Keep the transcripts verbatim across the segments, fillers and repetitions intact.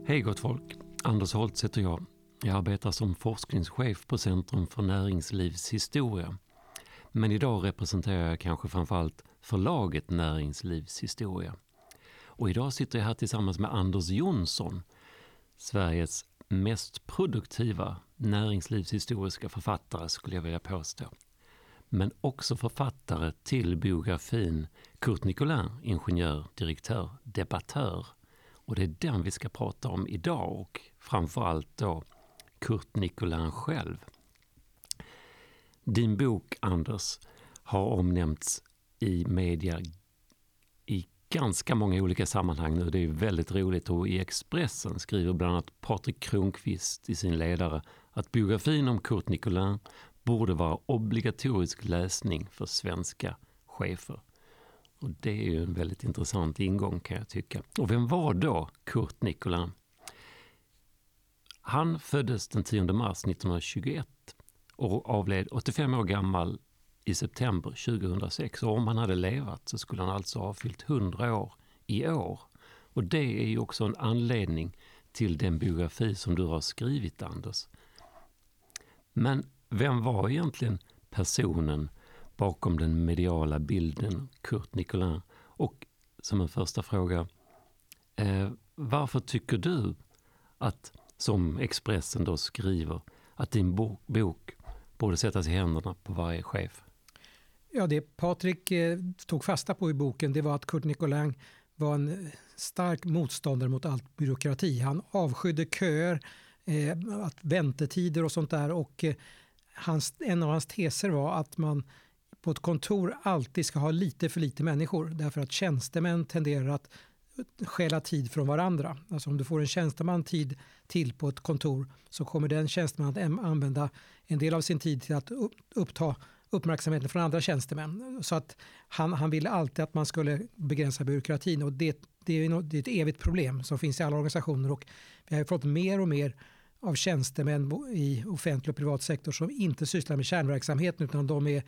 Hej gott folk, Anders Holtz heter jag. Jag arbetar som forskningschef på Centrum för näringslivshistoria. Men idag representerar jag kanske framförallt förlaget Näringslivshistoria. Och idag sitter jag här tillsammans med Anders Jonsson, Sveriges mest produktiva näringslivshistoriska författare skulle jag vilja påstå. Men också författare till biografin Curt Nicolin, ingenjör, direktör, debattör. Och det är den vi ska prata om idag och framförallt då Curt Nicolin själv. Din bok, Anders, har omnämnts i media i ganska många olika sammanhang nu. Det är väldigt roligt, och i Expressen skriver bland annat Patrik Kronqvist i sin ledare att biografin om Curt Nicolin borde vara obligatorisk läsning för svenska chefer. Och det är ju en väldigt intressant ingång, kan jag tycka. Och vem var då Curt Nicolin? Han föddes den tionde mars nittonhundratjugoett och avled åttiofem år gammal i september tjugohundrasex. Och om han hade levat så skulle han alltså ha fyllt hundra år i år. Och det är ju också en anledning till den biografi som du har skrivit, Anders. Men vem var egentligen personen bakom den mediala bilden Curt Nicolin? Och som en första fråga, eh, varför tycker du att, som Expressen då skriver, att din bok, bok borde sättas i händerna på varje chef? Ja, det Patrik eh, tog fasta på i boken, det var att Curt Nicolin var en stark motståndare mot allt byråkrati. Han avskydde köer, eh, att väntetider och sånt där, och eh, hans, en av hans teser var att man på ett kontor alltid ska ha lite för lite människor, därför att tjänstemän tenderar att stjäla tid från varandra. Alltså om du får en tjänsteman tid till på ett kontor, så kommer den tjänstemannen att använda en del av sin tid till att uppta uppmärksamheten från andra tjänstemän. Så att han, han ville alltid att man skulle begränsa byråkratin, och det, det, är, något, det är ett evigt problem som finns i alla organisationer, och vi har fått mer och mer av tjänstemän i offentlig och privat sektor som inte sysslar med kärnverksamheten, utan de är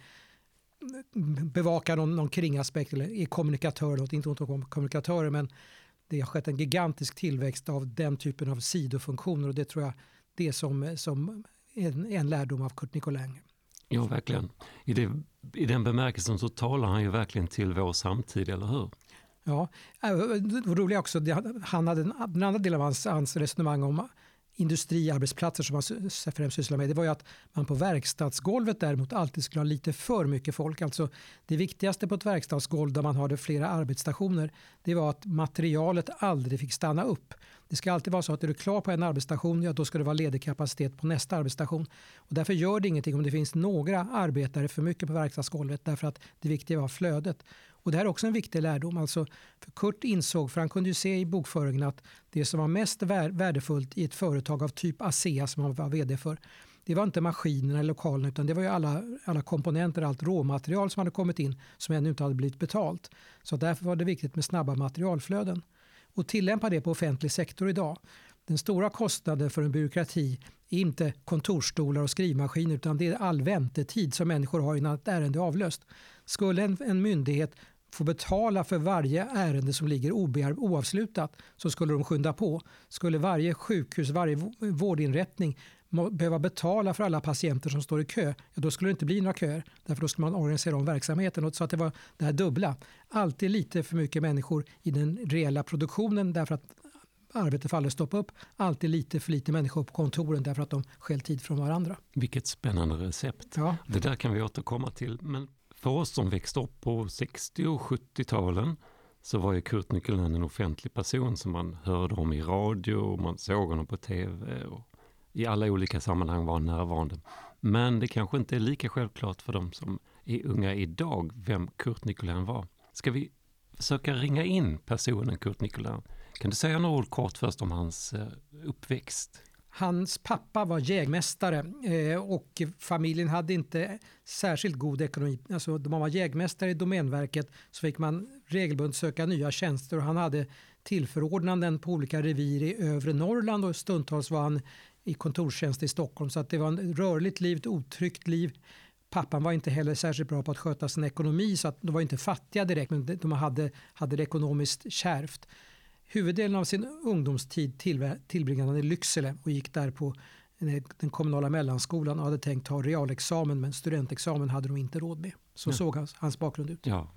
bevakar någon, någon kringaspekt eller är kommunikatörer, inte ont om kommunikatörer, men det har skett en gigantisk tillväxt av den typen av sidofunktioner, och det tror jag det är som, som en, en lärdom av Curt Nicolin. Ja, verkligen. I, det, I den bemärkelsen så talar han ju verkligen till vår samtid, eller hur? Ja, det var roligt också. Han hade en, den andra delen av hans, hans resonemang om industriarbetsplatser som man främst sysslar med. Det var ju att man på verkstadsgolvet däremot alltid skulle ha lite för mycket folk. Alltså det viktigaste på ett verkstadsgolv där man hade flera arbetsstationer, det var att materialet aldrig fick stanna upp. Det ska alltid vara så att är du klar på en arbetsstation, ja, då ska det vara ledig kapacitet på nästa arbetsstation. Och därför gör det ingenting om det finns några arbetare för mycket på verkstadsgolvet, därför att det viktiga var flödet. Och det här är också en viktig lärdom. Alltså, för Curt insåg, för han kunde ju se i bokföringen att det som var mest värdefullt i ett företag av typ ASEA som han var vd för, det var inte maskinerna eller lokalerna, utan det var ju alla, alla komponenter, allt råmaterial som hade kommit in som ännu inte hade blivit betalt. Så därför var det viktigt med snabba materialflöden. Och tillämpa det på offentlig sektor idag. Den stora kostnaden för en byråkrati är inte kontorstolar och skrivmaskiner, utan det är all väntetid som människor har innan ett ärende är avlöst. Skulle en, en myndighet få betala för varje ärende som ligger obear- oavslutat, så skulle de skynda på. Skulle varje sjukhus, varje vårdinrättning behöva betala för alla patienter som står i kö, ja, då skulle det inte bli några köer. Därför då skulle man organisera om verksamheten. Och så att det var det här dubbla. Alltid lite för mycket människor i den reella produktionen därför att arbetet faller stoppa upp. Alltid lite för lite människor på kontoren därför att de stjäl tid från varandra. Vilket spännande recept. Ja. Det där kan vi återkomma till. Men för oss som växte upp på sextio- och sjuttio-talen så var ju Curt Nicolin en offentlig person som man hörde om i radio och man såg honom på tv, och i alla olika sammanhang var han närvarande. Men det kanske inte är lika självklart för dem som är unga idag vem Curt Nicolin var. Ska vi försöka ringa in personen Curt Nicolin? Kan du säga några ord kort först om hans uppväxt? Hans pappa var jägmästare och familjen hade inte särskilt god ekonomi. Alltså, när man var jägmästare i Domänverket så fick man regelbundet söka nya tjänster, och han hade tillförordnanden på olika revir i övre Norrland, och stundtals var han i kontorstjänst i Stockholm. Så att det var ett rörligt liv, ett otryggt liv. Pappan var inte heller särskilt bra på att sköta sin ekonomi, så att de var inte fattiga direkt, men de hade, hade det ekonomiskt kärvt. Huvuddelen av sin ungdomstid till, tillbringade han i Lycksele och gick där på den kommunala mellanskolan och hade tänkt ta realexamen, men studentexamen hade de inte råd med. Så ja. såg hans, hans bakgrund ut. Ja.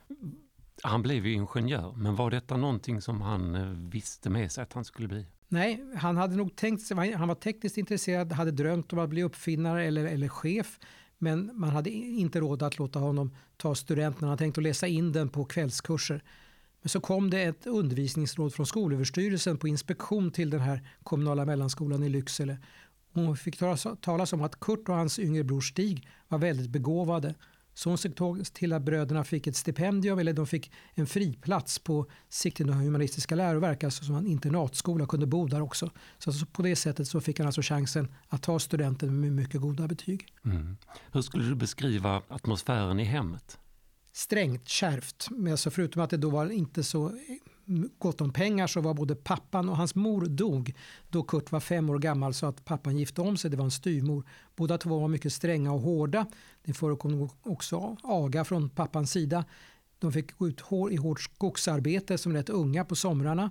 Han blev ju ingenjör, men var detta någonting som han visste med sig att han skulle bli? Nej, han hade nog tänkt sig, han var tekniskt intresserad, hade drömt om att bli uppfinnare eller, eller chef, men man hade inte råd att låta honom ta studenten. Han hade tänkt att läsa in den på kvällskurser. Men så kom det ett undervisningsråd från skolöverstyrelsen på inspektion till den här kommunala mellanskolan i Lycksele. Hon fick talas om att Kurt och hans yngre bror Stig var väldigt begåvade. Så hon såg till att bröderna fick ett stipendium, eller de fick en friplats på Sigtuna humanistiska läroverk, alltså som en internatskola, kunde bo där också. Så alltså på det sättet så fick han alltså chansen att ta studenten med mycket goda betyg. Mm. Hur skulle du beskriva atmosfären i hemmet? Strängt, kärvt. Men alltså förutom att det då var inte så gott om pengar, så var både pappan och hans mor dog då Kurt var fem år gammal, så att pappan gifte om sig. Det var en styvmor. Båda två var mycket stränga och hårda. Det förekom också aga från pappans sida. De fick gå ut i hårt skogsarbete som rätt unga på somrarna.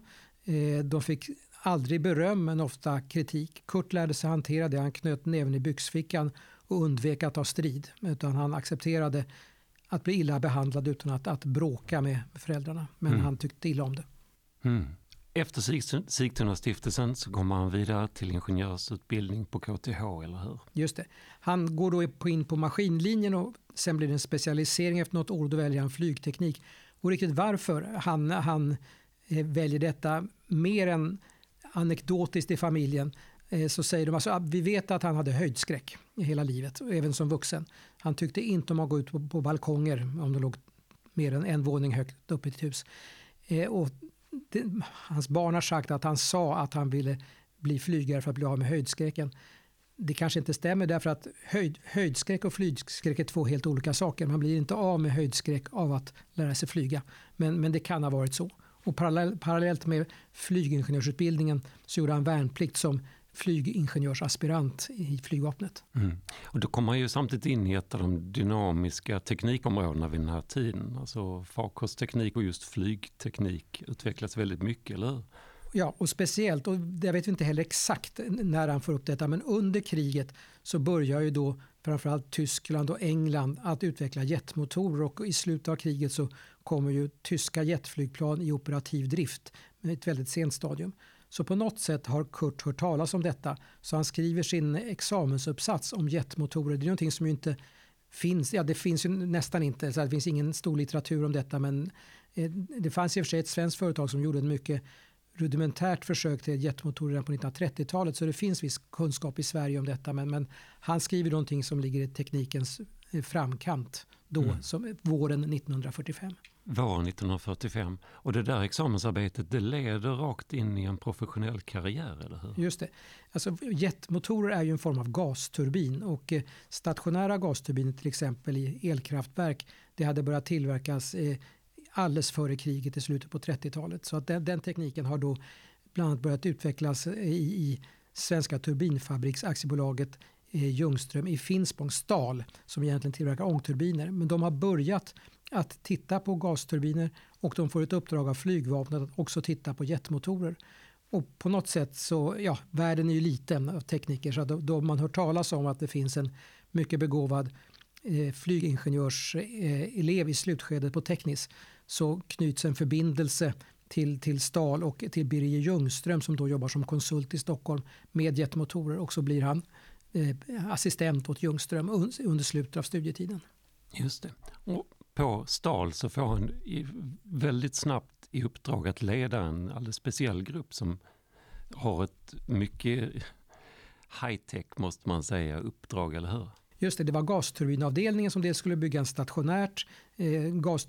De fick aldrig beröm, men ofta kritik. Kurt lärde sig hantera det. Han knöt näven i byxfickan och undvek att ta strid, utan han accepterade att bli illa behandlad utan att, att bråka med föräldrarna. Men mm. han tyckte illa om det. Mm. Efter Sigtuna-stiftelsen så kommer han vidare till ingenjörsutbildning på K T H, eller hur? Just det. Han går då in på maskinlinjen och sen blir det en specialisering efter något år. Då väljer han flygteknik. Och riktigt varför han, han väljer detta mer än anekdotiskt i familjen, så säger de alltså, vi vet att han hade höjdskräck i hela livet, även som vuxen. Han tyckte inte om att gå ut på, på balkonger om det låg mer än en våning högt upp i ett hus. Eh, och det, hans barn har sagt att han sa att han ville bli flygare för att bli av med höjdskräcken. Det kanske inte stämmer, därför att höjd, höjdskräck och flygskräck är två helt olika saker. Man blir inte av med höjdskräck av att lära sig flyga. Men, men det kan ha varit så. Och parallell, parallellt med flygingenjörsutbildningen så gjorde han värnplikt som flygingenjörsaspirant i flygvapnet. Mm. Och då kommer man ju samtidigt in i ett av de dynamiska teknikområdena vid den här tiden. Alltså farkostteknik och just flygteknik utvecklas väldigt mycket, eller hur? Ja, och speciellt, och jag vet inte heller exakt när han får upp detta, men under kriget så börjar ju då framförallt Tyskland och England att utveckla jetmotorer, och i slutet av kriget så kommer ju tyska jetflygplan i operativ drift med ett väldigt sent stadium. Så på något sätt har Kurt hört talas om detta, så han skriver sin examensuppsats om jetmotorer. Det är någonting som ju inte finns, ja det finns ju nästan inte, så det finns ingen stor litteratur om detta, men det fanns i och för sig ett svenskt företag som gjorde ett mycket rudimentärt försök till jetmotorer redan på nittonhundratrettiotalet, så det finns viss kunskap i Sverige om detta, men, men han skriver någonting som ligger i teknikens framkant då, mm. som våren nittonhundrafyrtiofem. Våren nittonhundrafyrtiofem. Och det där examensarbetet, det leder rakt in i en professionell karriär, eller hur? Just det. Alltså, jetmotorer är ju en form av gasturbin, och eh, stationära gasturbiner till exempel i elkraftverk, det hade börjat tillverkas eh, alldeles före kriget i slutet på trettiotalet. Så att den, den tekniken har då bland annat börjat utvecklas i, i Svenska Turbinfabriksaktiebolaget eh, Ljungström i Finspång Stal, som egentligen tillverkar ångturbiner. Men de har börjat att titta på gasturbiner, och de får ett uppdrag av flygvapnet att också titta på jetmotorer. Och på något sätt så, ja, världen är ju liten av tekniker, så då, då man hör talas om att det finns en mycket begåvad eh, flygingenjörselev eh, i slutskedet på teknis, så knyts en förbindelse till, till Stal och till Birger Ljungström som då jobbar som konsult i Stockholm med jetmotorer, och så blir han eh, assistent åt Ljungström under slutet av studietiden. Just det. Och på Stal så får han väldigt snabbt i uppdrag att leda en alldeles speciell grupp som har ett mycket high-tech, måste man säga, uppdrag, eller hur? Just det, det var gasturbinavdelningen som dels skulle bygga en stationärt eh,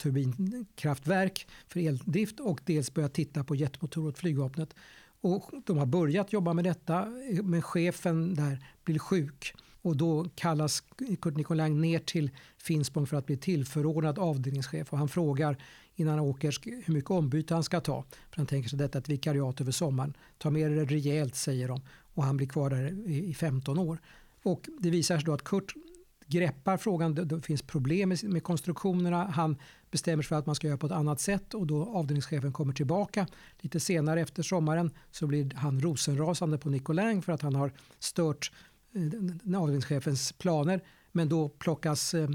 gasturbinkraftverk för eldrift, och dels börja titta på jetmotorer åt flygvapnet. Och de har börjat jobba med detta, men chefen där blir sjuk. Och då kallas Kurt Nicolin ner till Finspång för att bli tillförordnad avdelningschef. Och han frågar innan han åker hur mycket ombyte han ska ta. För han tänker sig detta ett vikariat över sommaren. Ta med det rejält, säger de. Och han blir kvar där i femton år. Och det visar sig då att Kurt greppar frågan, det, det finns problem med, med konstruktionerna. Han bestämmer sig för att man ska göra på ett annat sätt och då avdelningschefen kommer tillbaka. Lite senare efter sommaren så blir han rosenrasande på Nicolin för att han har stört eh, avdelningschefens planer. Men då plockas eh,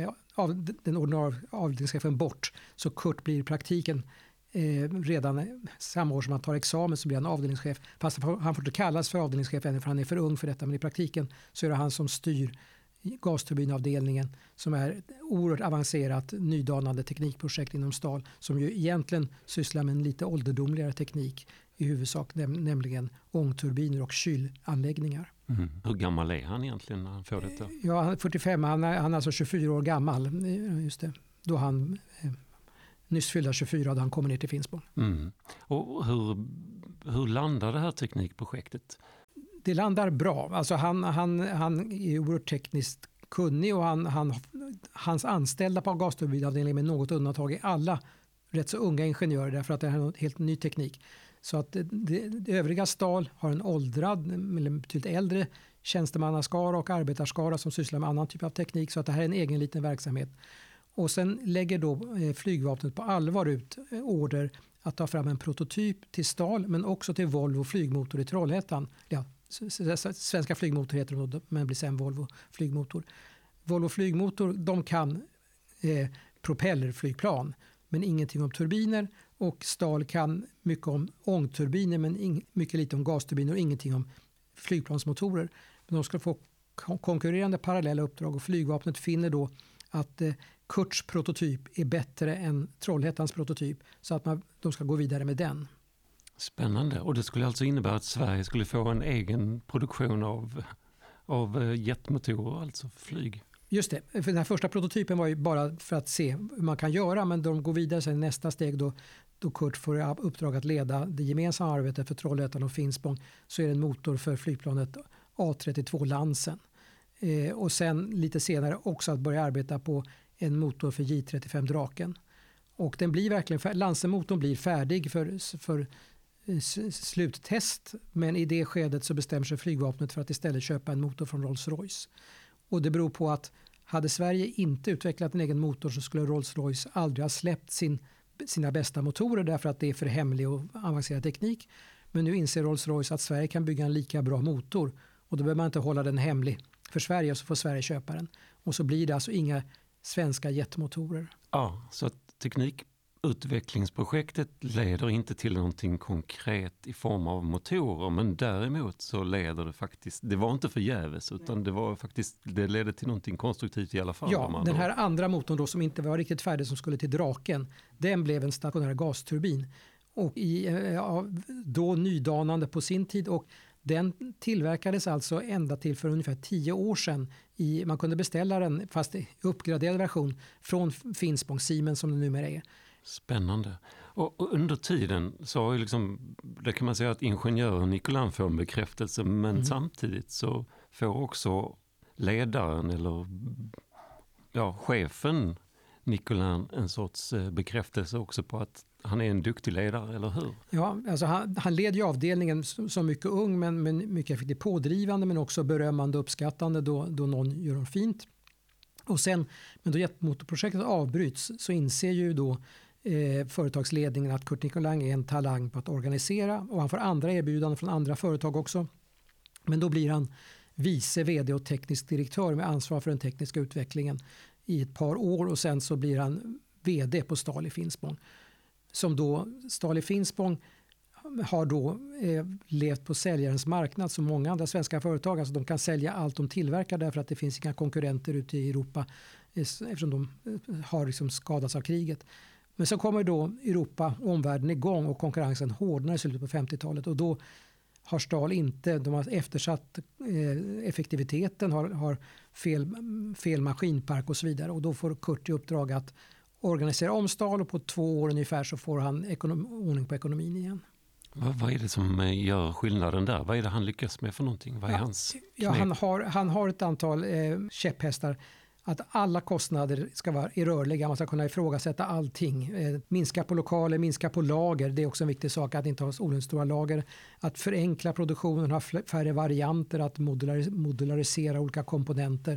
av, den ordinarie avdelningschefen bort. Så Kurt blir i praktiken eh, redan samma år som han tar examen så blir han avdelningschef. Fast han får inte kallas för avdelningschef ännu för han är för ung för detta. Men i praktiken så är det han som styr gasturbinavdelningen som är ett oerhört avancerat nydanande teknikprojekt inom Stahl som ju egentligen sysslar med en lite ålderdomligare teknik i huvudsak, näm- nämligen ångturbiner och kylanläggningar. Mm. Hur gammal är han egentligen när han får detta? Ja, han är fyrtiofem, han är, han är alltså tjugofyra år gammal, just det, då han eh, nyss fyllda tjugofyra då han kommer ner till Finspång. Mm. Och hur, hur landar det här teknikprojektet? Det landar bra. Alltså han, han, han är oerhört tekniskt kunnig och han, han, hans anställda på gasturbinavdelningen med något undantag är alla rätt så unga ingenjörer därför att det här är en helt ny teknik. Så att det, det, det övriga Stahl har en åldrad, eller betydligt äldre tjänstemannaskara och arbetarskara som sysslar med annan typ av teknik så att det här är en egen liten verksamhet. Och sen lägger då flygvapnet på allvar ut order att ta fram en prototyp till Stahl men också till Volvo flygmotor i Trollhättan. Ja, Svenska flygmotor heter det men blir sen Volvo flygmotor. Volvo flygmotor de kan eh, propellerflygplan men ingenting om turbiner och Stahl kan mycket om ångturbiner men ing- mycket lite om gasturbiner och ingenting om flygplansmotorer. Men de ska få kon- konkurrerande parallella uppdrag och flygvapnet finner då att eh, Kurts prototyp är bättre än Trollhättans prototyp så att man, de ska gå vidare med den. Spännande. Och det skulle alltså innebära att Sverige skulle få en egen produktion av, av jetmotorer, alltså flyg. Just det. För den här första prototypen var ju bara för att se hur man kan göra men de går vidare sen nästa steg då, då Kurt får uppdrag att leda det gemensamma arbetet för Trollhättan och Finspång så är det en motor för flygplanet A trettiotvå Lansen. Eh, och sen lite senare också att börja arbeta på en motor för J trettiofem Draken. Och den blir verkligen, Lansen-motorn blir färdig för, för sluttest men i det skedet så bestämmer sig flygvapnet för att istället köpa en motor från Rolls-Royce. Och det beror på att hade Sverige inte utvecklat en egen motor så skulle Rolls-Royce aldrig ha släppt sin, sina bästa motorer därför att det är för hemlig och avancerad teknik. Men nu inser Rolls-Royce att Sverige kan bygga en lika bra motor och då behöver man inte hålla den hemlig för Sverige och så får Sverige köpa den. Och så blir det alltså inga svenska jetmotorer. Ja, så att teknikutvecklingsprojektet leder inte till någonting konkret i form av motorer men däremot så leder det faktiskt, det var inte förgäves utan det var faktiskt, det ledde till någonting konstruktivt i alla fall. Ja, den här andra motorn då som inte var riktigt färdig som skulle till Draken, den blev en stationär gasturbin och i, ja, då nydanande på sin tid och den tillverkades alltså ända till för ungefär tio år sedan. I, man kunde beställa den fast i uppgraderad version från Finspång, Siemens som det numera är. Spännande. Och, och under tiden så har ju liksom, det kan man säga att ingenjören Nicolin får en bekräftelse men mm. samtidigt så får också ledaren eller ja, chefen Nicolin en sorts bekräftelse också på att han är en duktig ledare, eller hur? Ja, alltså han, han leder ju avdelningen som, som mycket ung men, men mycket effektivt pådrivande men också berömmande och uppskattande då, då någon gör dem fint. Och sen, men då jetmotorprojektet avbryts så inser ju då eh, företagsledningen att Kurt Nicolin är en talang på att organisera och han får andra erbjudanden från andra företag också. Men då blir han vice vd och teknisk direktör med ansvar för den tekniska utvecklingen i ett par år och sen så blir han vd på Stahl i Finspång. Som då Stahl i Finspång har då eh, levt på säljarens marknad som många andra svenska företag. Alltså de kan sälja allt de tillverkar därför att det finns inga konkurrenter ute i Europa eh, eftersom de eh, har liksom skadats av kriget. Men så kommer då Europa och omvärlden igång och konkurrensen hårdnar i slutet på femtiotalet och då har Stahl inte, de har eftersatt eh, effektiviteten, har, har fel, fel maskinpark och så vidare och då får Kurt i uppdrag att organisera om Stahl och på två år ungefär så får han ekonom- ordning på ekonomin igen. Vad, vad är det som gör skillnaden där? Vad är det han lyckas med för någonting? Vad är ja, hans knep? Ja, han, har, han har ett antal eh, käpphästar. Att alla kostnader ska vara rörliga. Man ska kunna ifrågasätta allting. Eh, minska på lokaler, minska på lager. Det är också en viktig sak att inte ha onödigt stora lager. Att förenkla produktionen, ha färre varianter, att modularis- modularisera olika komponenter.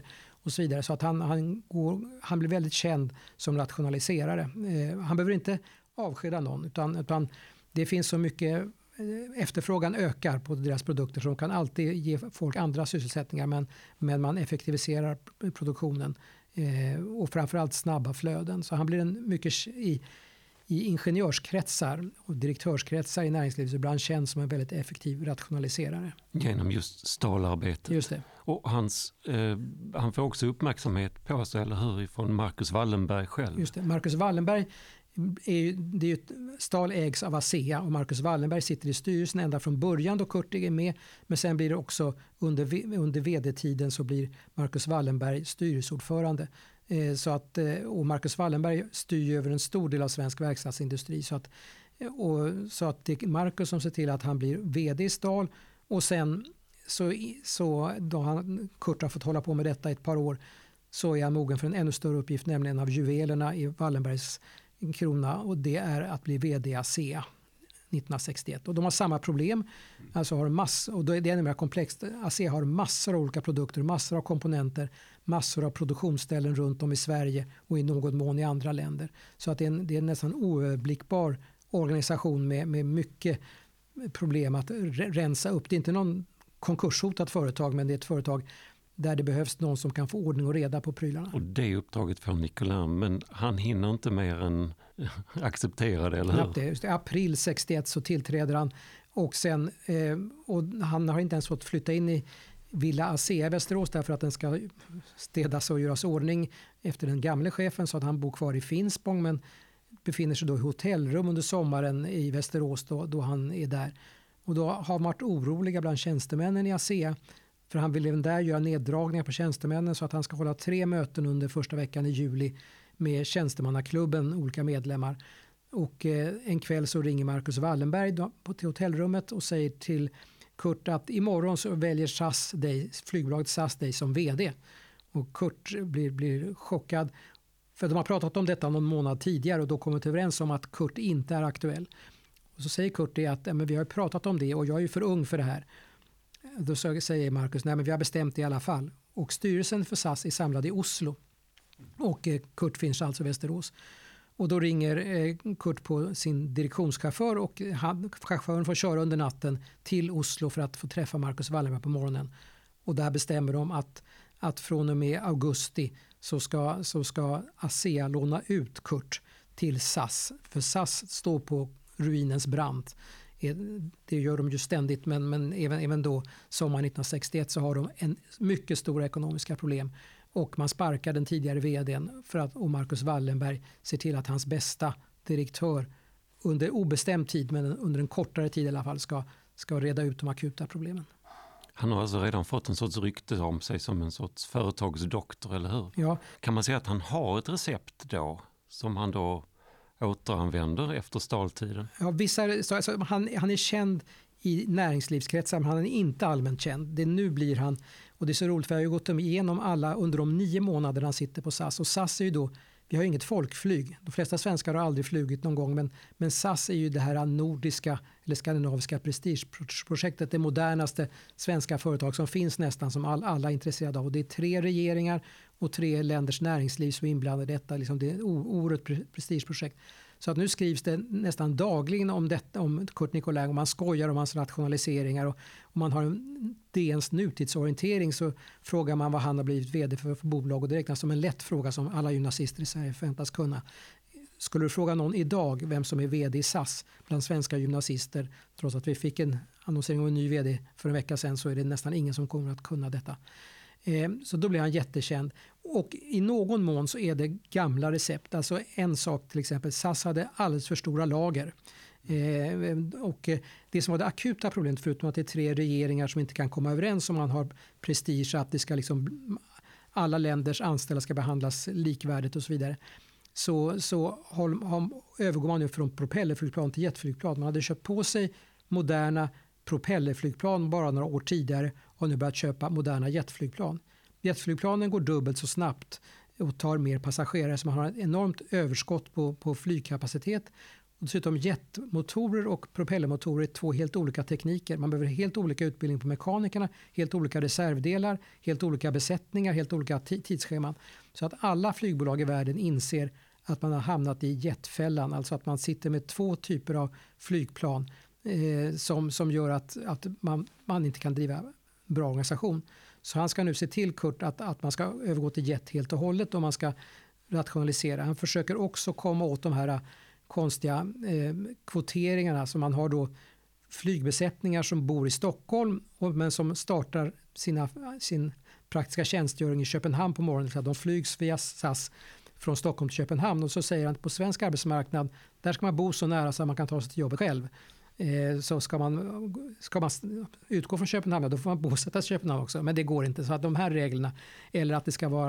och så vidare. Så att han, han, går, han blir väldigt känd som rationaliserare. Eh, han behöver inte avskeda någon, utan, utan det finns så mycket, eh, efterfrågan ökar på deras produkter, så de kan alltid ge folk andra sysselsättningar, men, men man effektiviserar produktionen eh, och framförallt snabba flöden. Så han blir en mycket i I ingenjörskretsar och direktörskretsar i näringslivet så ibland känns som en väldigt effektiv rationaliserare. Genom just stålarbetet. Just det. Och hans, eh, han får också uppmärksamhet på sig, eller hur, från Marcus Wallenberg själv. Just det. Marcus Wallenberg, är ju, det är ju, Stahl ägs av ASEA och Marcus Wallenberg sitter i styrelsen ända från början då Kurt är med. Men sen blir det också under, under vd-tiden så blir Marcus Wallenberg styrelseordförande. Så att, och Marcus Wallenberg styr över en stor del av svensk verkstadsindustri. Så att, och, så att det är Marcus som ser till att han blir vd i Stahl. Och sen så, så då han, Kurt har fått hålla på med detta ett par år, så är han mogen för en ännu större uppgift, nämligen av juvelerna i Wallenbergs krona, och det är att bli vd i ASEA nittonhundrasextioett. Och de har samma problem, alltså har mass, och då är det ännu mer komplext. ASEA har massor av olika produkter, massor av komponenter, massor av produktionsställen runt om i Sverige och i någon mån i andra länder. Så att det är en, det är en nästan oöverblickbar organisation med, med mycket problem att rensa upp. Det är inte någon konkurshotat företag, men det är ett företag där det behövs någon som kan få ordning och reda på prylarna. Och det uppdraget får Nicolin, men han hinner inte mer än acceptera det, eller hur? Det, just i april sextioett så tillträder han, och, sen, eh, och han har inte ens fått flytta in i Villa ASEA i Västerås därför att den ska städas och göras ordning efter den gamla chefen, så att han bor kvar i Finspång, men befinner sig då i hotellrum under sommaren i Västerås då, då han är där. Och då har man varit oroliga bland tjänstemännen i ASEA, för han vill även där göra neddragningar på tjänstemännen, så att han ska hålla tre möten under första veckan i juli med tjänstemannaklubben, olika medlemmar. Och eh, en kväll så ringer Marcus Wallenberg då, på, till hotellrummet och säger till Kurt att imorgon så väljer S A S dig, flygbolaget S A S dig som vd. Och Kurt blir, blir chockad, för de har pratat om detta någon månad tidigare och då kommit överens om att Kurt inte är aktuell. Och så säger Kurt det att men vi har pratat om det och jag är ju för ung för det här. Då säger Marcus, nej men vi har bestämt det i alla fall. Och styrelsen för S A S är samlad i Oslo. Och eh, Kurt finns alltså i Västerås. Och då ringer eh, Kurt på sin direktionschaufför, och han, chauffören får köra under natten till Oslo för att få träffa Marcus Wallenberg på morgonen. Och där bestämmer de att, att från och med augusti så ska, så ska ASEA låna ut Kurt till S A S. För S A S står på ruinens brant. Det gör de ju ständigt, men, men även, även då sommaren nittonhundrasextioett så har de en mycket stora ekonomiska problem, och man sparkar den tidigare vdn för att, och Marcus Wallenberg ser till att hans bästa direktör under obestämd tid, men under en kortare tid i alla fall, ska, ska reda ut de akuta problemen. Han har alltså redan fått en sorts rykte om sig som en sorts företagsdoktor, eller hur? Ja. Kan man säga att han har ett recept då som han då återanvänder efter Stahltiden? Ja, vissa, alltså, han, han är känd i näringslivskretsar, men han är inte allmänt känd. Det nu blir han, och det är så roligt för jag har ju gått igenom alla under de nio månader han sitter på S A S. Och S A S är ju då, vi har ju inget folkflyg. De flesta svenskar har aldrig flugit någon gång, men, men S A S är ju det här nordiska eller skandinaviska prestigeprojektet, det modernaste svenska företag som finns nästan, som all, alla är intresserade av. Och det är tre regeringar och tre länders näringsliv som är inblandade i detta. Liksom det är ett oerhört prestigeprojekt. Så att nu skrivs det nästan dagligen om detta, om Kurt Nicolin, och man skojar om hans rationaliseringar. Och om man har en D N:s nutidsorientering så frågar man vad han har blivit vd för, för bolag, och det räknas som en lätt fråga som alla gymnasister i Sverige förväntas kunna. Skulle du fråga någon idag vem som är vd i S A S bland svenska gymnasister, trots att vi fick en annonsering om en ny vd för en vecka sedan, så är det nästan ingen som kommer att kunna detta. Så då blir han jättekänd. Och i någon mån så är det gamla recept. Alltså en sak till exempel, S A S hade alldeles för stora lager. Eh, och det som var det akuta problemet, förutom att det är tre regeringar som inte kan komma överens om man har prestige, att det ska liksom, alla länders anställda ska behandlas likvärdigt och så vidare. Så, så har, har, övergår man nu från propellerflygplan till jetflygplan. Man hade köpt på sig moderna propellerflygplan bara några år tidigare och nu börjat köpa moderna jetflygplan. Jetflygplanen går dubbelt så snabbt och tar mer passagerare, så man har ett enormt överskott på, på flygkapacitet. Dessutom jetmotorer och propellermotorer är två helt olika tekniker. Man behöver helt olika utbildning på mekanikerna, helt olika reservdelar, helt olika besättningar, helt olika tidsscheman. Så att alla flygbolag i världen inser att man har hamnat i jetfällan, alltså att man sitter med två typer av flygplan eh, som, som gör att, att man, man inte kan driva bra organisation. Så han ska nu se till, Kurt, att, att man ska övergå till jet helt och hållet och man ska rationalisera. Han försöker också komma åt de här konstiga eh, kvoteringarna som man har då flygbesättningar som bor i Stockholm och, men som startar sina, sin praktiska tjänstgöring i Köpenhamn på morgonen. Så de flygs via S A S från Stockholm till Köpenhamn och så säger han att på svensk arbetsmarknad där ska man bo så nära så att man kan ta sig till jobbet själv. Eh, så ska man, ska man utgå från Köpenhamn, då får man bosätta sig i Köpenhamn också, men det går inte. Så att de här reglerna, eller att det ska vara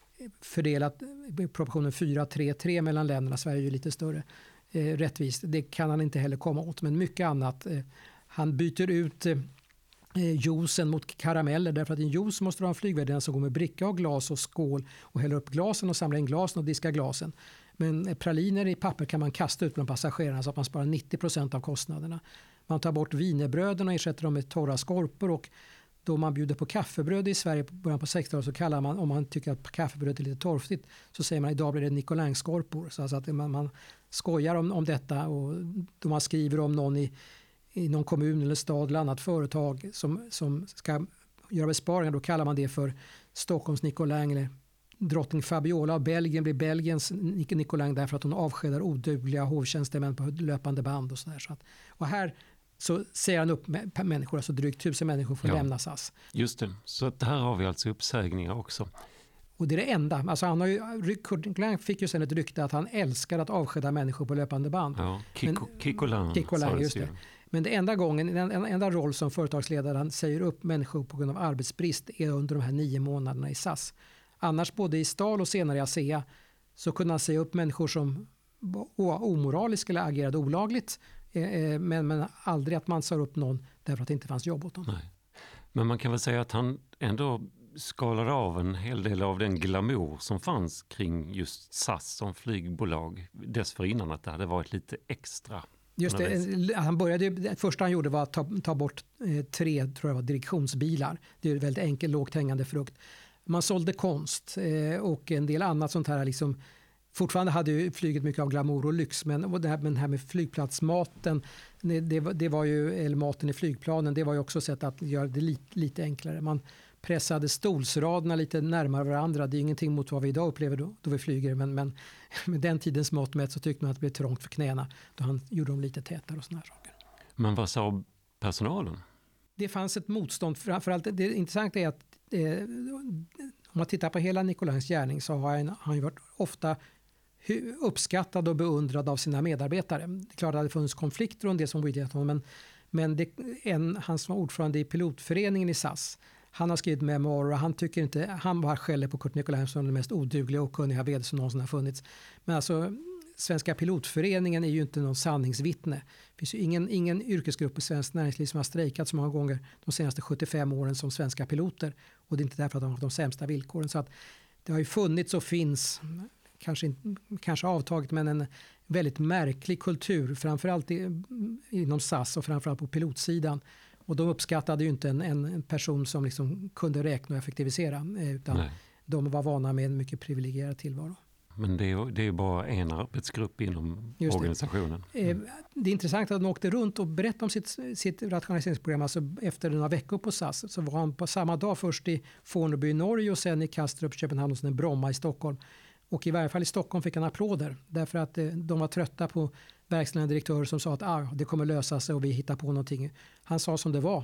fördelat i proportionen fyra tre tre mellan länderna, Sverige är ju lite större, eh, rättvist, det kan han inte heller komma åt, men mycket annat. Eh, han byter ut eh, juicen mot karameller, därför att i en juice måste du ha en flygvärdinna som går med bricka och glas och skål och häller upp glasen och samlar in glasen och diskar glasen. Men praliner i papper kan man kasta ut bland passagerarna så att man sparar nittio procent av kostnaderna. Man tar bort wienerbröden och ersätter dem med torra skorpor, och då man bjuder på kaffebröd i Sverige på början på sextiotalet så kallar man, om man tycker att kaffebröd är lite torftigt, så säger man idag blir det Nicolainskorpor. Så alltså att man, man skojar om, om detta, och då man skriver om någon i, i någon kommun eller stad eller annat företag som, som ska göra besparingar, då kallar man det för Stockholms Nicolin eller drottning Fabiola av Belgien blir Belgiens Nicolin därför att hon avskedar odugliga hovtjänstemän på löpande band och sådär. Så att, och här så säger han upp människor, alltså drygt tusen människor får ja. lämna S A S. Just det, så att här har vi alltså uppsägningar också. Och det är det enda. Alltså han har ju, Kurt Nicolin fick ju sen ett rykte att han älskar att avskeda människor på löpande band. Ja, Kikolan. Kikolan, just det. Men det enda gången, den enda roll som företagsledare han säger upp människor på grund av arbetsbrist är under de här nio månaderna i S A S. Annars både i Stal och senare i ASEA så kunde han säga upp människor som var omoraliska eller agerade olagligt, men, men aldrig att man sa upp någon därför att det inte fanns jobb åt dem. Nej. Men man kan väl säga att han ändå skalade av en hel del av den glamour som fanns kring just S A S som flygbolag dessförinnan, att det hade varit lite extra. Just det, han började, det första han gjorde var att ta, ta bort eh, tre tror jag var, direktionsbilar. Det är en väldigt enkel, lågt hängande frukt. Man sålde konst eh, och en del annat sånt här. Liksom, fortfarande hade ju flyget mycket av glamour och lyx, men och det, här, men det här med flygplatsmaten, det, det, det var ju, eller maten i flygplanen, det var ju också ett sätt att göra det lite, lite enklare. Man pressade stolsraderna lite närmare varandra. Det är ingenting mot vad vi idag upplever då, då vi flyger, men, men med den tidens mått mätt så tyckte man att det blev trångt för knäna då han gjorde dem lite tätare och såna här saker. Men vad sa personalen? Det fanns ett motstånd. Framförallt, det intressanta är att eh, om man tittar på hela Nicolins gärning så har han, han varit ofta uppskattad och beundrad av sina medarbetare. Det är klart att det hade funnits konflikter och en del som var honom, men, men det, en, han som var ordförande i pilotföreningen i S A S, han har skrivit memoarer och han tycker inte, han bara skäller på Kurt Nicolin som den mest odugliga och kunniga vd som någonsin har funnits. Men alltså Svenska pilotföreningen är ju inte någon sanningsvittne. Det finns ju ingen, ingen yrkesgrupp i svensk näringsliv som har strejkat så många gånger de senaste sjuttiofem åren som svenska piloter, och det är inte därför att de har haft de sämsta villkoren. Så att det har ju funnits och finns, kanske, kanske avtaget, men en väldigt märklig kultur, framförallt i, inom S A S och framförallt på pilotsidan. Och de uppskattade ju inte en, en person som liksom kunde räkna och effektivisera, utan Nej. de var vana med en mycket privilegierad tillvaro. Men det är, det är bara en arbetsgrupp inom Just organisationen. Det. Mm. det är intressant att de åkte runt och berättade om sitt, sitt rationaliseringsprogram. Alltså efter några veckor på S A S så var han på samma dag först i Fornebu i Norge och sen i Kastrup, Köpenhamn och sen i Bromma i Stockholm. Och i varje fall i Stockholm fick han applåder därför att de var trötta på verkställande direktörer som sa att ah, det kommer lösa sig och vi hittar på någonting. Han sa som det var.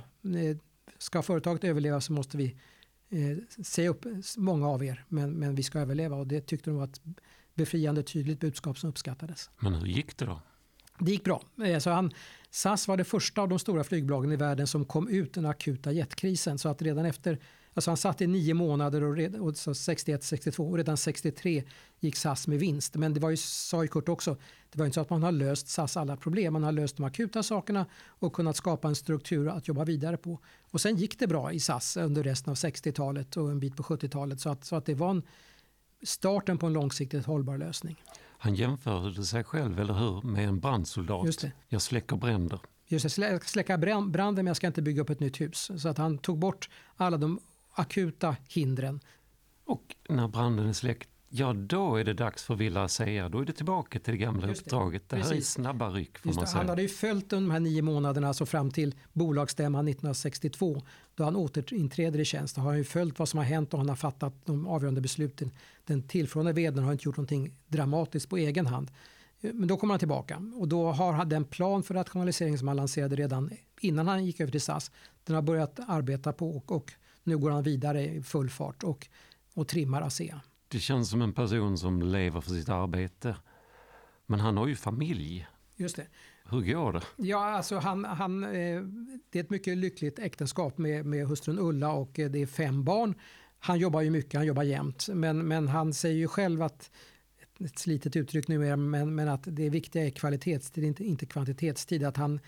Ska företaget överleva så måste vi eh, säga upp många av er, men, men vi ska överleva, och det tyckte de var ett befriande tydligt budskap som uppskattades. Men hur gick det då? Det gick bra. Så han, S A S var det första av de stora flygbolagen i världen som kom ut den akuta jetkrisen, så att redan efter, alltså han satt i nio månader och, red, och så sextioett sextiotvå och redan sextiotre gick S A S med vinst. Men det var ju, sa ju Kurt också, det var inte så att man har löst S A S alla problem, man har löst de akuta sakerna och kunnat skapa en struktur att jobba vidare på. Och sen gick det bra i S A S under resten av sextiotalet och en bit på sjuttiotalet, så att, så att det var en starten på en långsiktigt hållbar lösning. Han jämförde sig själv, eller hur, med en brandsoldat. Just det. Jag släcker bränder. Just det, slä, släcka branden, men jag ska inte bygga upp ett nytt hus. Så att han tog bort alla de akuta hindren. Och när branden är släckt, ja då är det dags för Villa Asea. Då är det tillbaka till det gamla Just det. uppdraget. Det här Precis. är snabba ryck, får Just man det, säga. han hade ju följt de här nio månaderna alltså fram till bolagsstämman nittonhundrasextiotvå då han återinträder i tjänst. Då har han ju följt vad som har hänt och han har fattat de avgörande besluten. Den tillförordnade vd:n har inte gjort någonting dramatiskt på egen hand. Men då kommer han tillbaka och då har han den plan för rationalisering som han lanserade redan innan han gick över till S A S. Den har börjat arbeta på och, och nu går han vidare i full fart och, och trimmar Asea. Det känns som en person som lever för sitt arbete. Men han har ju familj. Just det. Hur går det? Ja, alltså han, han, eh, det är ett mycket lyckligt äktenskap med, med hustrun Ulla och eh, det är fem barn. Han jobbar ju mycket, han jobbar jämt. Men, men han säger ju själv att, ett slitet uttryck numera, men, men att det viktiga är kvalitetstid, inte, inte kvantitetstid. Att han,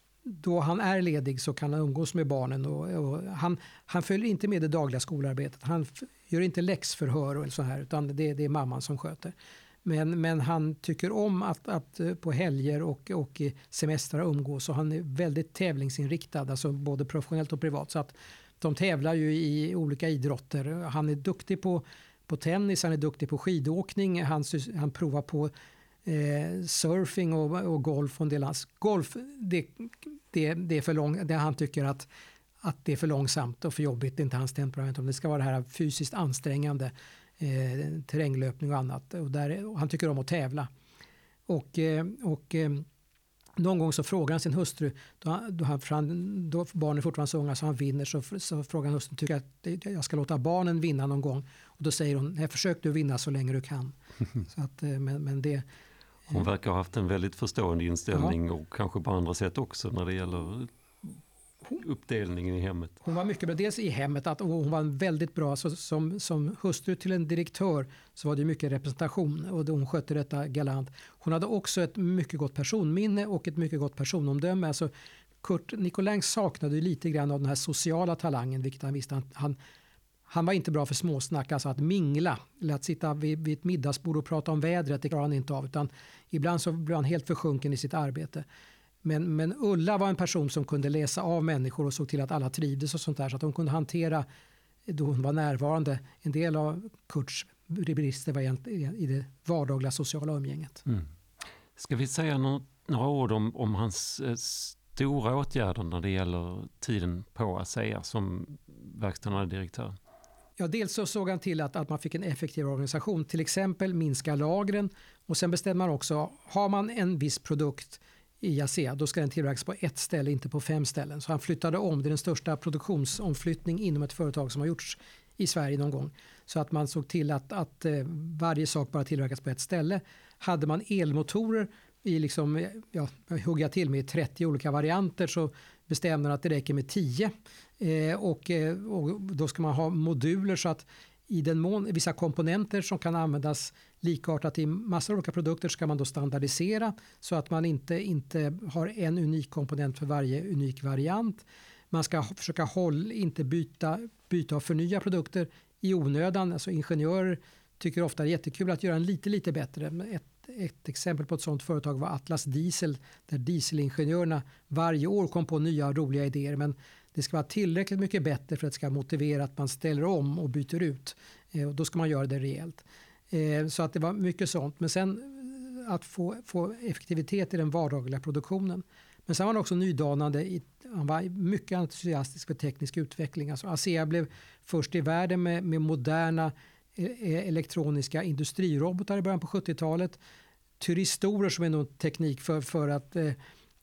då han är ledig så kan han umgås med barnen. Och, och han, han följer inte med det dagliga skolarbetet. Han f- gör inte läxförhör och så här, utan det, det är mamman som sköter. Men, men han tycker om att, att på helger och, och semestrar umgås och han är väldigt tävlingsinriktad, alltså både professionellt och privat. Så att de tävlar ju i olika idrotter. Han är duktig på, på tennis, han är duktig på skidåkning, han, han provar på eh, surfing och, och golf. Och en del hans. Golf, det, det, det är för lång, det han tycker att, att det är för långsamt och för jobbigt, det är inte hans temperament. Om det ska vara det här fysiskt ansträngande. Eh, terränglöpning och annat. Och där, och han tycker om att tävla. Och, eh, och eh, någon gång så frågar han sin hustru, då, då, han, då barnen är fortfarande så unga så han vinner, så, så frågar han hustrun, tycker att jag ska låta barnen vinna någon gång? Och då säger hon, nej, försök du vinna så länge du kan. Så att, eh, men, men det, Hon verkar ha haft en väldigt förstående inställning ja. Och kanske på andra sätt också när det gäller uppdelningen i hemmet. Hon var mycket bra, dels i hemmet, att, och hon var väldigt bra så, som, som hustru till en direktör så var det mycket representation och hon skötte detta galant. Hon hade också ett mycket gott personminne och ett mycket gott personomdöme. Alltså Kurt Nicolin saknade ju lite grann av den här sociala talangen, vilket han visste. Han, han, han var inte bra för småsnack, alltså att mingla eller att sitta vid, vid ett middagsbord och prata om vädret, det klarade han inte av, utan ibland så blev han helt försjunken i sitt arbete. Men, men Ulla var en person som kunde läsa av människor och såg till att alla trivdes och sånt där, så att hon kunde hantera, då hon var närvarande, en del av Kurts brister var i det vardagliga sociala umgänget. Mm. Ska vi säga några, några ord om, om hans eh, stora åtgärder när det gäller tiden på Asea som verkställande direktör? Ja, dels så såg han till att, att man fick en effektiv organisation, till exempel minska lagren, och sen bestämde man också, har man en viss produkt i Asea, då ska den tillverkas på ett ställe, inte på fem ställen. Så han flyttade om, det är den största produktionsomflyttning inom ett företag som har gjorts i Sverige någon gång. Så att man såg till att, att varje sak bara tillverkas på ett ställe. Hade man elmotorer i liksom, ja, hugga till med trettio olika varianter, så bestämde man att det räcker med tio. Eh, och, och då ska man ha moduler så att i den mån vissa komponenter som kan användas likartat i massor av olika produkter ska man då standardisera så att man inte, inte har en unik komponent för varje unik variant. Man ska försöka hålla, inte byta, byta och förnya produkter i onödan. Alltså ingenjörer tycker ofta det är jättekul att göra en lite, lite bättre. Ett, ett exempel på ett sådant företag var Atlas Diesel, där dieselingenjörerna varje år kom på nya roliga idéer, men det ska vara tillräckligt mycket bättre för att det ska motivera att man ställer om och byter ut. Eh, och då ska man göra det rejält. Eh, så att det var mycket sånt. Men sen att få, få effektivitet i den vardagliga produktionen. Men sen var han också nydanande. I, han var mycket entusiastisk för teknisk utveckling. Alltså Asea blev först i världen med, med moderna eh, elektroniska industrirobotar i början på sjuttiotalet. Tyristorer som är någon teknik för, för att eh,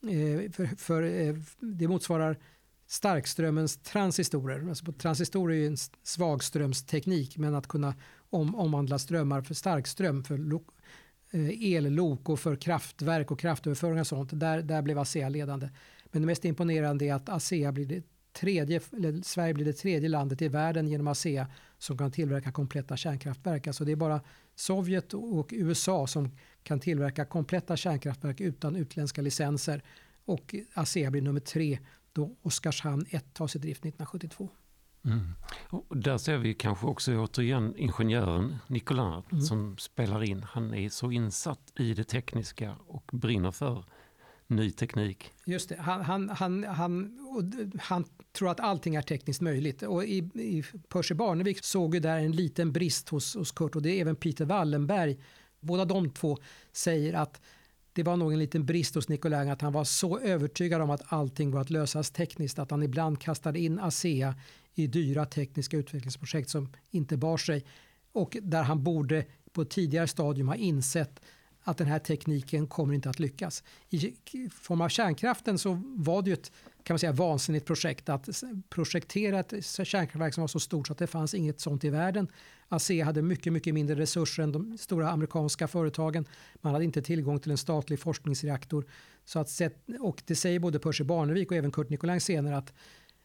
för, för, eh, det motsvarar starkströmmens transistorer. Alltså transistorer är ju en svagströmsteknik, men att kunna om, omvandla strömmar för starkström, för lo, eh, ellok och för kraftverk och kraftöverföring och sånt. Där, där blev Asea ledande. Men det mest imponerande är att Asea blir det tredje, eller Sverige blir det tredje landet i världen genom Asea som kan tillverka kompletta kärnkraftverk. Alltså det är bara Sovjet och U S A som kan tillverka kompletta kärnkraftverk utan utländska licenser. Och Asea blir nummer tre då Oskarshamn ett tas i drift nittonhundrasjuttiotvå. Mm. Och där ser vi kanske också återigen ingenjören Nicolin mm. som spelar in. Han är så insatt i det tekniska och brinner för ny teknik. Just det. Han, han, han, han, han tror att allting är tekniskt möjligt. Och i, i Percy Barnevik såg ju där en liten brist hos, hos Kurt, och det är även Peter Wallenberg. Båda de två säger att det var nog en liten brist hos Nicolin, att han var så övertygad om att allting var att lösas tekniskt att han ibland kastade in ASEA i dyra tekniska utvecklingsprojekt som inte bar sig, och där han borde på ett tidigare stadium ha insett att den här tekniken kommer inte att lyckas. I form av kärnkraften så var det ju ett, kan man säga, vansinnigt projekt att projektera ett kärnkraftverk som var så stort så att det fanns inget sånt i världen. ASEA hade mycket, mycket mindre resurser än de stora amerikanska företagen. Man hade inte tillgång till en statlig forskningsreaktor. Så att, och det säger både Percy Barnevik och även Curt Nicolin senare att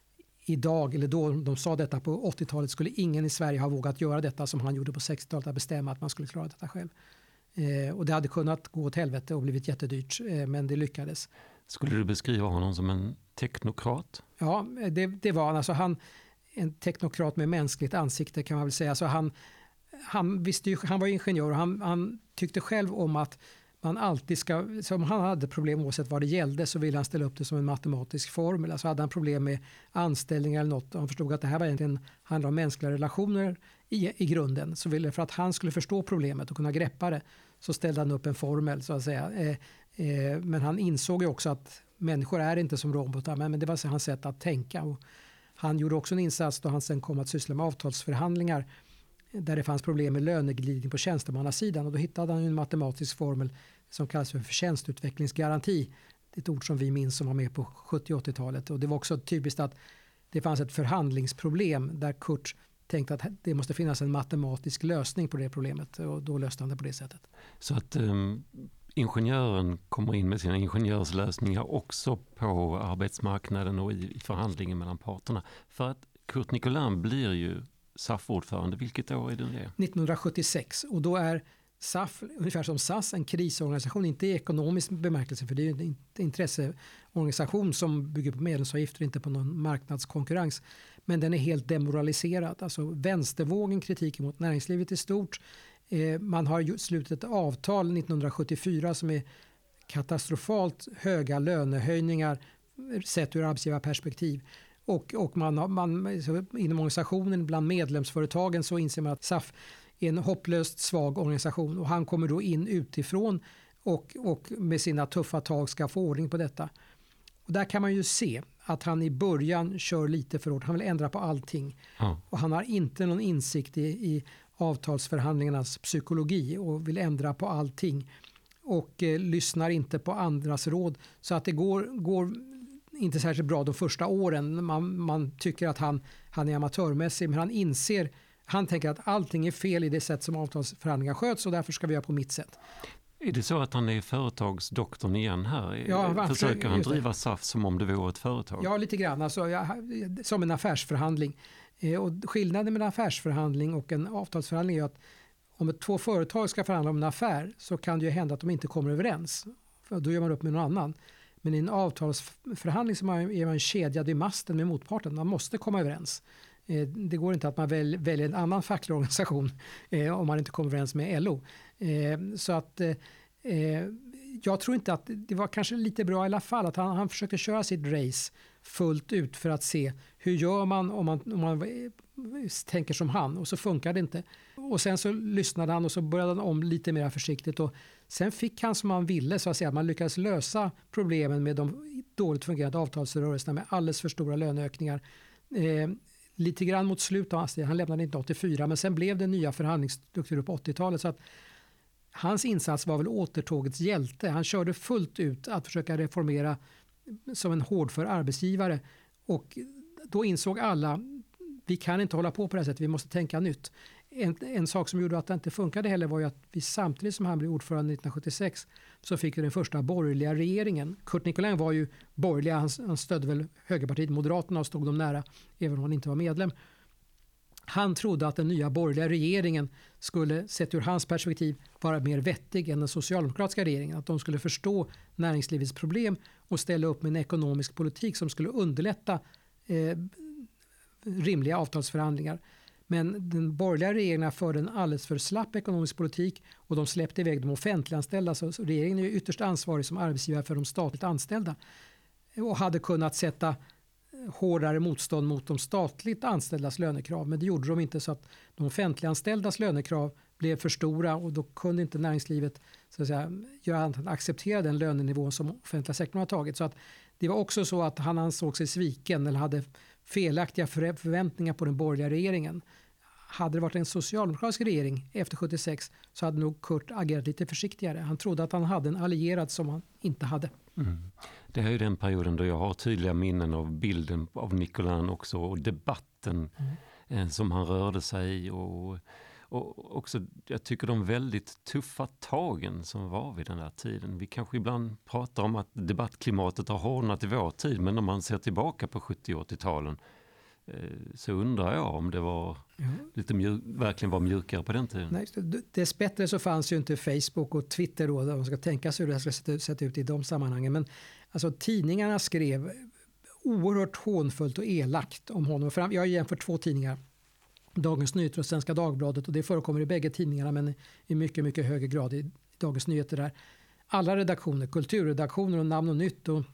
idag, eller då de sa detta på åttiotalet, skulle ingen i Sverige ha vågat göra detta som han gjorde på sextiotalet, att bestämma att man skulle klara detta själv. Eh, och det hade kunnat gå åt helvete och blivit jättedyrt, eh, men det lyckades. Skulle du beskriva honom som en teknokrat? Ja, det, det var han. Alltså han, en teknokrat med mänskligt ansikte kan man väl säga. Alltså han, han, visste ju, han var ingenjör och han, han tyckte själv om att man alltid ska, som han hade problem oavsett vad det gällde, så ville han ställa upp det som en matematisk formel. Alltså hade han problem med anställningar eller något och han förstod att det här var egentligen handlar om mänskliga relationer i, i grunden, så ville, för att han skulle förstå problemet och kunna greppa det, så ställde han upp en formel så att säga. Eh, eh, men han insåg ju också att människor är inte som robotar, men, men det var hans sätt att tänka. Och han gjorde också en insats då han sen kom att syssla med avtalsförhandlingar där det fanns problem med löneglidning på tjänstemannasidan, och då hittade han en matematisk formel som kallas för förtjänstutvecklingsgaranti. Det är ett ord som vi minns som var med på sjuttio- och åttiotalet, och det var också typiskt att det fanns ett förhandlingsproblem där Kurt tänkte att det måste finnas en matematisk lösning på det problemet, och då löste han det på det sättet. Så att um, ingenjören kommer in med sina ingenjörslösningar också på arbetsmarknaden och i förhandlingen mellan parterna. För att Curt Nicolin blir ju S A F-ordförande. Vilket år är det? nittonhundrasjuttiosex, och då är S A F, ungefär som S A S, en krisorganisation, inte i ekonomisk bemärkelse, för det är ju en intresseorganisation som bygger på medlemsavgifter, inte på någon marknadskonkurrens. Men den är helt demoraliserad. Alltså vänstervågen, kritiken mot näringslivet är stort. Eh, man har ju slutit ett avtal nittonhundrasjuttiofyra som är katastrofalt höga lönehöjningar sett ur arbetsgivarperspektiv. Och, och man har, man, inom organisationen, bland medlemsföretagen, så inser man att S A F är en hopplöst svag organisation, och han kommer då in utifrån och, och med sina tuffa tag ska få ordning på detta. Och där kan man ju se att han i början kör lite för hårt. Han vill ändra på allting. Mm. Och han har inte någon insikt i, i avtalsförhandlingarnas psykologi och vill ändra på allting. Och eh, lyssnar inte på andras råd. Så att det går, går inte särskilt bra de första åren. Man, man tycker att han, han är amatörmässig, men han inser, han tänker att allting är fel i det sätt som avtalsförhandlingar sköts, och därför ska vi göra på mitt sätt. Är det så att han är företagsdoktorn igen här? Ja, försöker han driva S A F som om det vore ett företag? Ja, lite grann. Alltså, ja, som en affärsförhandling. Eh, och skillnaden mellan affärsförhandling och en avtalsförhandling är att om ett, två företag ska förhandla om en affär, så kan det ju hända att de inte kommer överens. För då gör man upp med någon annan. Men i en avtalsförhandling så är man kedjad i masten med motparten. Man måste komma överens. Eh, det går inte att man väl, väljer en annan facklig organisation eh, om man inte kommer överens med L O. Eh, så att eh, jag tror inte att det var kanske lite bra i alla fall att han, han försökte köra sitt race fullt ut för att se hur gör man om man, om man tänker som han, och så funkar det inte. Och sen så lyssnade han och så började han om lite mer försiktigt, och sen fick han som han ville, så att säga, att man lyckades lösa problemen med de dåligt fungerande avtalsrörelserna med alldeles för stora löneökningar. Eh, lite grann mot slutet av hans tid, han lämnade nittonhundraåttiofyra, men sen blev det nya förhandlingsstrukturer på åttiotalet, så att hans insats var väl återtågets hjälte. Han körde fullt ut att försöka reformera som en hårdför arbetsgivare, och då insåg alla, vi kan inte hålla på på det här sättet, vi måste tänka nytt. En, en sak som gjorde att det inte funkade heller var ju att vi samtidigt som han blev ordförande nittonhundrasjuttiosex så fick vi den första borgerliga regeringen. Curt Nicolin var ju borgerliga, han, han stödde väl högerpartiet Moderaterna och stod dem nära, även om han inte var medlem. Han trodde att den nya borgerliga regeringen skulle, sett ur hans perspektiv, vara mer vettig än den socialdemokratiska regeringen. Att de skulle förstå näringslivets problem och ställa upp med en ekonomisk politik som skulle underlätta eh, rimliga avtalsförhandlingar. Men den borgerliga regeringen förde en alldeles för slapp ekonomisk politik och de släppte iväg de offentliganställda. Så regeringen är ju ytterst ansvarig som arbetsgivare för de statligt anställda och hade kunnat sätta hårdare motstånd mot de statligt anställdas lönekrav. Men det gjorde de inte, så att de offentliganställdas lönekrav blev för stora och då kunde inte näringslivet så att säga, göra, acceptera den lönenivån som offentliga sektorn har tagit. Så att det var också så att han ansåg sig sviken eller hade felaktiga förväntningar på den borgerliga regeringen. Hade det varit en socialdemokratisk regering efter sjuttiosex så hade nog Kurt agerat lite försiktigare. Han trodde att han hade en allierad som han inte hade. Mm. Det här är den perioden då jag har tydliga minnen av bilden av Nicolin också och debatten mm. som han rörde sig i och, och också jag tycker de väldigt tuffa tagen som var vid den här tiden. Vi kanske ibland pratar om att debattklimatet har hårdnat i vår tid, men om man ser tillbaka på sjuttio- och åttio-talen så undrar jag om det var ja. lite mjuk, verkligen var mjukare på den tiden. Nej, dessbättre så fanns ju inte Facebook och Twitter då, där man ska tänka sig hur det ska se ut, se ut i de sammanhangen. Men alltså, tidningarna skrev oerhört hånfullt och elakt om honom. Jag har jämfört två tidningar, Dagens Nyheter och Svenska Dagbladet, och det förekommer i bägge tidningarna men i mycket, mycket högre grad i Dagens Nyheter där. Alla redaktioner, kulturredaktioner och Namn och Nytt och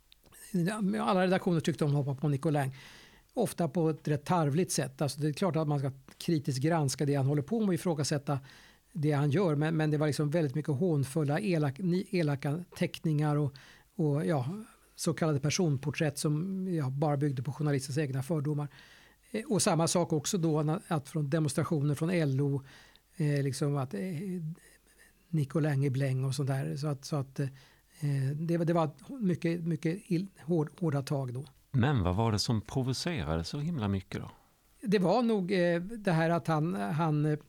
alla redaktioner tyckte om att hoppa på Nicolin. Ofta på ett rätt tarvligt sätt. Alltså det är klart att man ska kritiskt granska det han håller på med och ifrågasätta det han gör. Men, men det var liksom väldigt mycket hånfulla, elak, elaka teckningar och, och ja, så kallade personporträtt som ja, bara byggde på journalistens egna fördomar. Och samma sak också då att från demonstrationer från L O eh, liksom att eh, Nicolin är bläng och sådär. Så att, så att eh, det, det var mycket, mycket ill, hård, hårda tag då. Men vad var det som provocerade så himla mycket då? Det var nog eh, det här att han, han eh,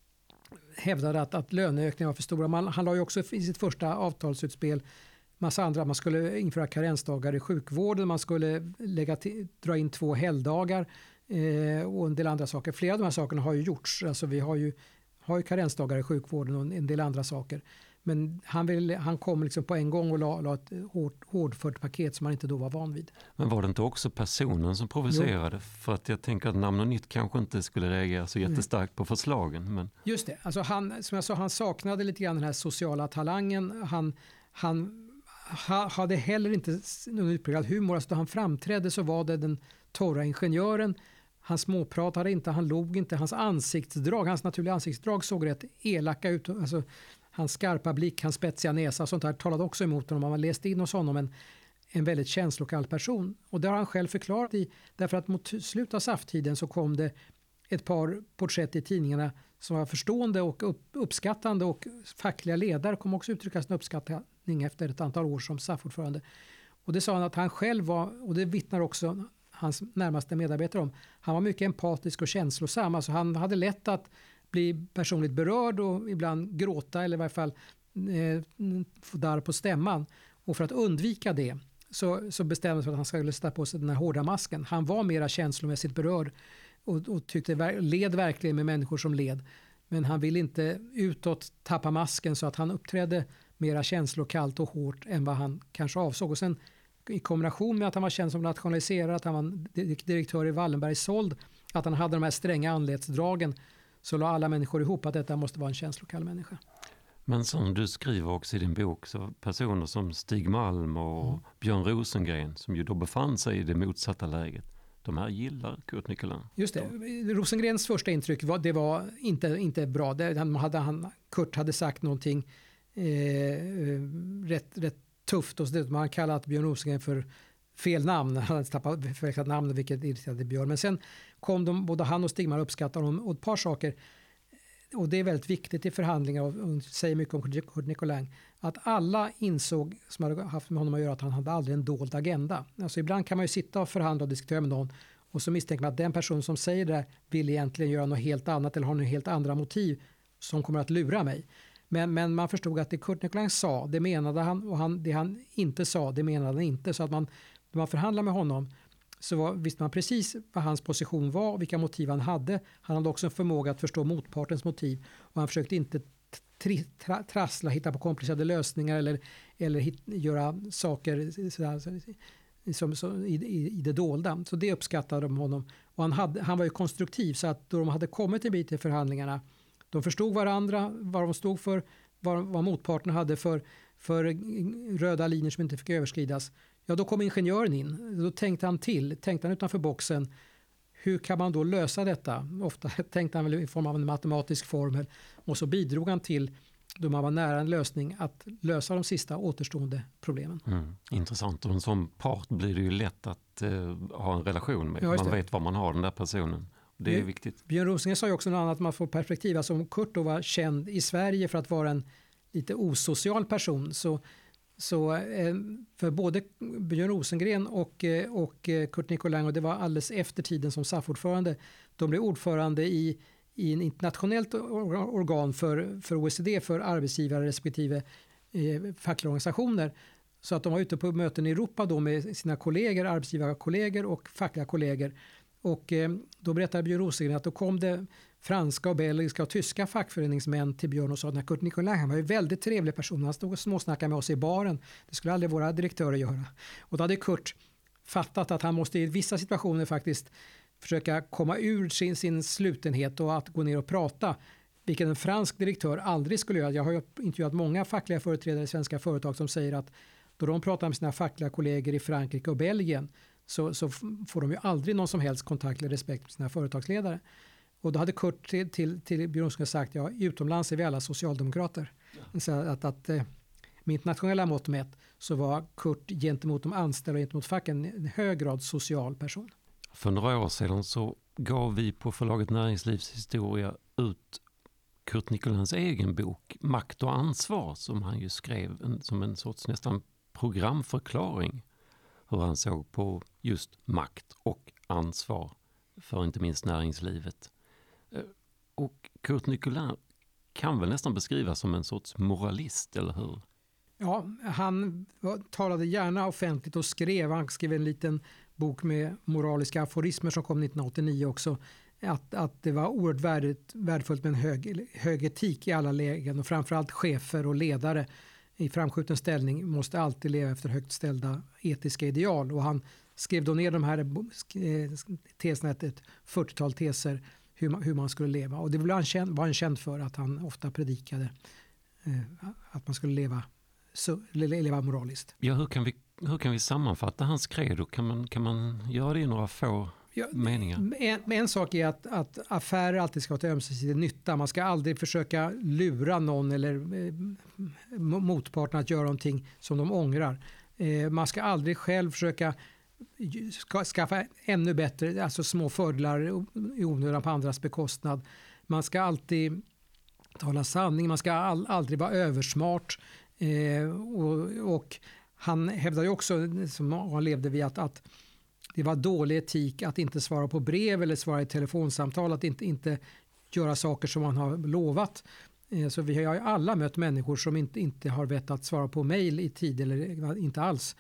hävdade att, att löneökningen var för stora. Man, han la ju också i sitt första avtalsutspel massa andra. Man skulle införa karensdagar i sjukvården. Man skulle lägga till, dra in två helgdagar eh, och en del andra saker. Flera av de här sakerna har ju gjorts. Alltså vi har ju, har ju karensdagar i sjukvården och en del andra saker. Men han, vill, han kom liksom på en gång och la, la ett hård, hårdfört paket som man inte då var van vid. Men var det inte också personen som provocerade? Jo. För att jag tänker att Namn och Nytt kanske inte skulle reagera så jättestarkt på förslagen. Men... Just det. Alltså han, som jag sa, han saknade lite grann den här sociala talangen. Han, han ha, hade heller inte någon utpräglad humor. Alltså då han framträdde så var det den torra ingenjören. Han småpratade inte, han log inte. Hans ansiktsdrag, hans naturliga ansiktsdrag såg rätt elaka ut. Alltså, hans skarpa blick, hans spetsiga näsa och sånt där talade också emot honom. Man läste in hos honom en, en väldigt känslokall person. Och det har han själv förklarat i, därför att mot slutet av safttiden så kom det ett par porträtt i tidningarna som var förstående och upp, uppskattande, och fackliga ledare kom också uttrycka sin uppskattning efter ett antal år som S A F-ordförande. Och det sa han att han själv var, och det vittnar också hans närmaste medarbetare om, han var mycket empatisk och känslosam. Alltså han hade lätt att bli personligt berörd och ibland gråta eller i varje fall eh, få darr på stämman. Och för att undvika det så, så bestämde sig för att han skulle sätta på sig den här hårda masken. Han var mera känslomässigt berörd och, och tyckte led verkligen med människor som led. Men han ville inte utåt tappa masken, så att han uppträdde mera känslokallt och hårt än vad han kanske avsåg. Och sen i kombination med att han var känd som nationaliserad, att han var direktör i Wallenberg såld, att han hade de här stränga anletsdragen, så la alla människor ihop att detta måste vara en känslokall människa. Men som du skriver också i din bok, så personer som Stig Malm och mm. Björn Rosengren, som ju då befann sig i det motsatta läget, de här gillar Kurt Nicolin. Just det. Rosengrens första intryck var, det var inte, inte bra. Det, han hade, han, Kurt hade sagt någonting eh, rätt, rätt tufft, och så man hade kallat Björn Rosengren för fel namn. Han hade tappat förväxlat namn, vilket irriterade Björn. Men sen kom de, både han och Stigmar uppskattade honom, och ett par saker, och det är väldigt viktigt i förhandlingar och säger mycket om Kurt Nicolin, att alla insåg som hade haft med honom att göra att han hade aldrig en dold agenda. Alltså ibland kan man ju sitta och förhandla och diskutera med någon, och så misstänker man att den person som säger det vill egentligen göra något helt annat eller har något helt andra motiv som kommer att lura mig. Men, men man förstod att det Kurt Nicolin sa, det menade han, och han, det han inte sa, det menade han inte. Så att man, när man förhandlade med honom så var, visste man precis vad hans position var och vilka motiv han hade. Han hade också en förmåga att förstå motpartens motiv, och han försökte inte tri, tra, trassla, hitta på komplicerade lösningar eller, eller hit, göra saker sådär, som, som, i, i, i det dolda. Så det uppskattade de honom. Och han, hade, han var ju konstruktiv, så att då de hade kommit en bit i förhandlingarna, de förstod varandra, vad de stod för, vad, vad motparten hade för, för röda linjer som inte fick överskridas. Ja, då kom ingenjören in. Då tänkte han till, tänkte han utanför boxen. Hur kan man då lösa detta? Ofta tänkte han väl i form av en matematisk formel, och så bidrog han till, då man var nära en lösning, att lösa de sista återstående problemen. Mm, intressant. Och en sån part blir det ju lätt att uh, ha en relation med. Ja, man vet vad man har, den där personen. Det är Björn, viktigt. Björn Rosengren sa ju också något annat, att man får perspektiv. Alltså om Kurt då var känd i Sverige för att vara en lite osocial person, så, så eh, för både Björn Rosengren och, eh, och Curt Nicolin, och det var alldeles efter tiden som S A F-ordförande, de blev ordförande i i en internationellt organ för, för O E C D, för arbetsgivare respektive eh, fackliga organisationer. Så att de var ute på möten i Europa då med sina kollegor, arbetsgivarkollegor och fackliga kollegor. Och eh, då berättade Björn Rosengren att då kom det franska och belgiska och tyska fackföreningsmän till Björn och sa att Curt Nicolin, han var ju en väldigt trevlig person. Han stod och småsnackade med oss i baren. Det skulle aldrig våra direktörer göra. Och då hade Kurt fattat att han måste i vissa situationer faktiskt försöka komma ur sin, sin slutenhet och att gå ner och prata, vilket en fransk direktör aldrig skulle göra. Jag har ju intervjuat många fackliga företrädare i svenska företag som säger att då de pratar med sina fackliga kollegor i Frankrike och Belgien, så, så får de ju aldrig någon som helst kontakt eller respekt med sina företagsledare. Och då hade Kurt till, till, till Björn Rosengren sagt, ja, utomlands är vi alla socialdemokrater. Ja. Så att, att med internationella mått mätt så var Kurt gentemot de anställda och gentemot facken en hög grad social person. För några år sedan så gav vi på förlaget Näringslivshistoria ut Curt Nicolins egen bok Makt och ansvar, som han ju skrev en, som en sorts nästan programförklaring hur han såg på just makt och ansvar för inte minst näringslivet. Och Curt Nicolin kan väl nästan beskrivas som en sorts moralist, eller hur? Ja, han talade gärna offentligt och skrev, han skrev en liten bok med moraliska aforismer som kom nittonhundraåttionio också, att, att det var oerhört värdet, värdefullt med en hög, hög etik i alla lägen, och framförallt chefer och ledare i framskjuten ställning måste alltid leva efter högt ställda etiska ideal. Och han skrev då ner de här teserna, ett fyrtiotal teser hur man, hur man skulle leva, och det var han känd, var han känd för, att han ofta predikade eh, att man skulle leva, så, leva moraliskt. Ja, hur kan vi Hur kan vi sammanfatta hans credo? Kan man, kan man göra det i några få ja, meningar? En, en sak är att, att affärer alltid ska ta ömsesidig nytta. Man ska aldrig försöka lura någon eller eh, motparten att göra någonting som de ångrar. Eh, man ska aldrig själv försöka ska, skaffa ännu bättre, alltså små fördelar i onödan på andras bekostnad. Man ska alltid tala sanning. Man ska all, aldrig vara översmart. Eh, och, och han hävdade också, som han levde vid, att, att det var dålig etik att inte svara på brev eller svara i telefonsamtal, att inte, inte göra saker som man har lovat. Så vi har ju alla mött människor som inte, inte har vett att svara på mejl i tid eller inte alls.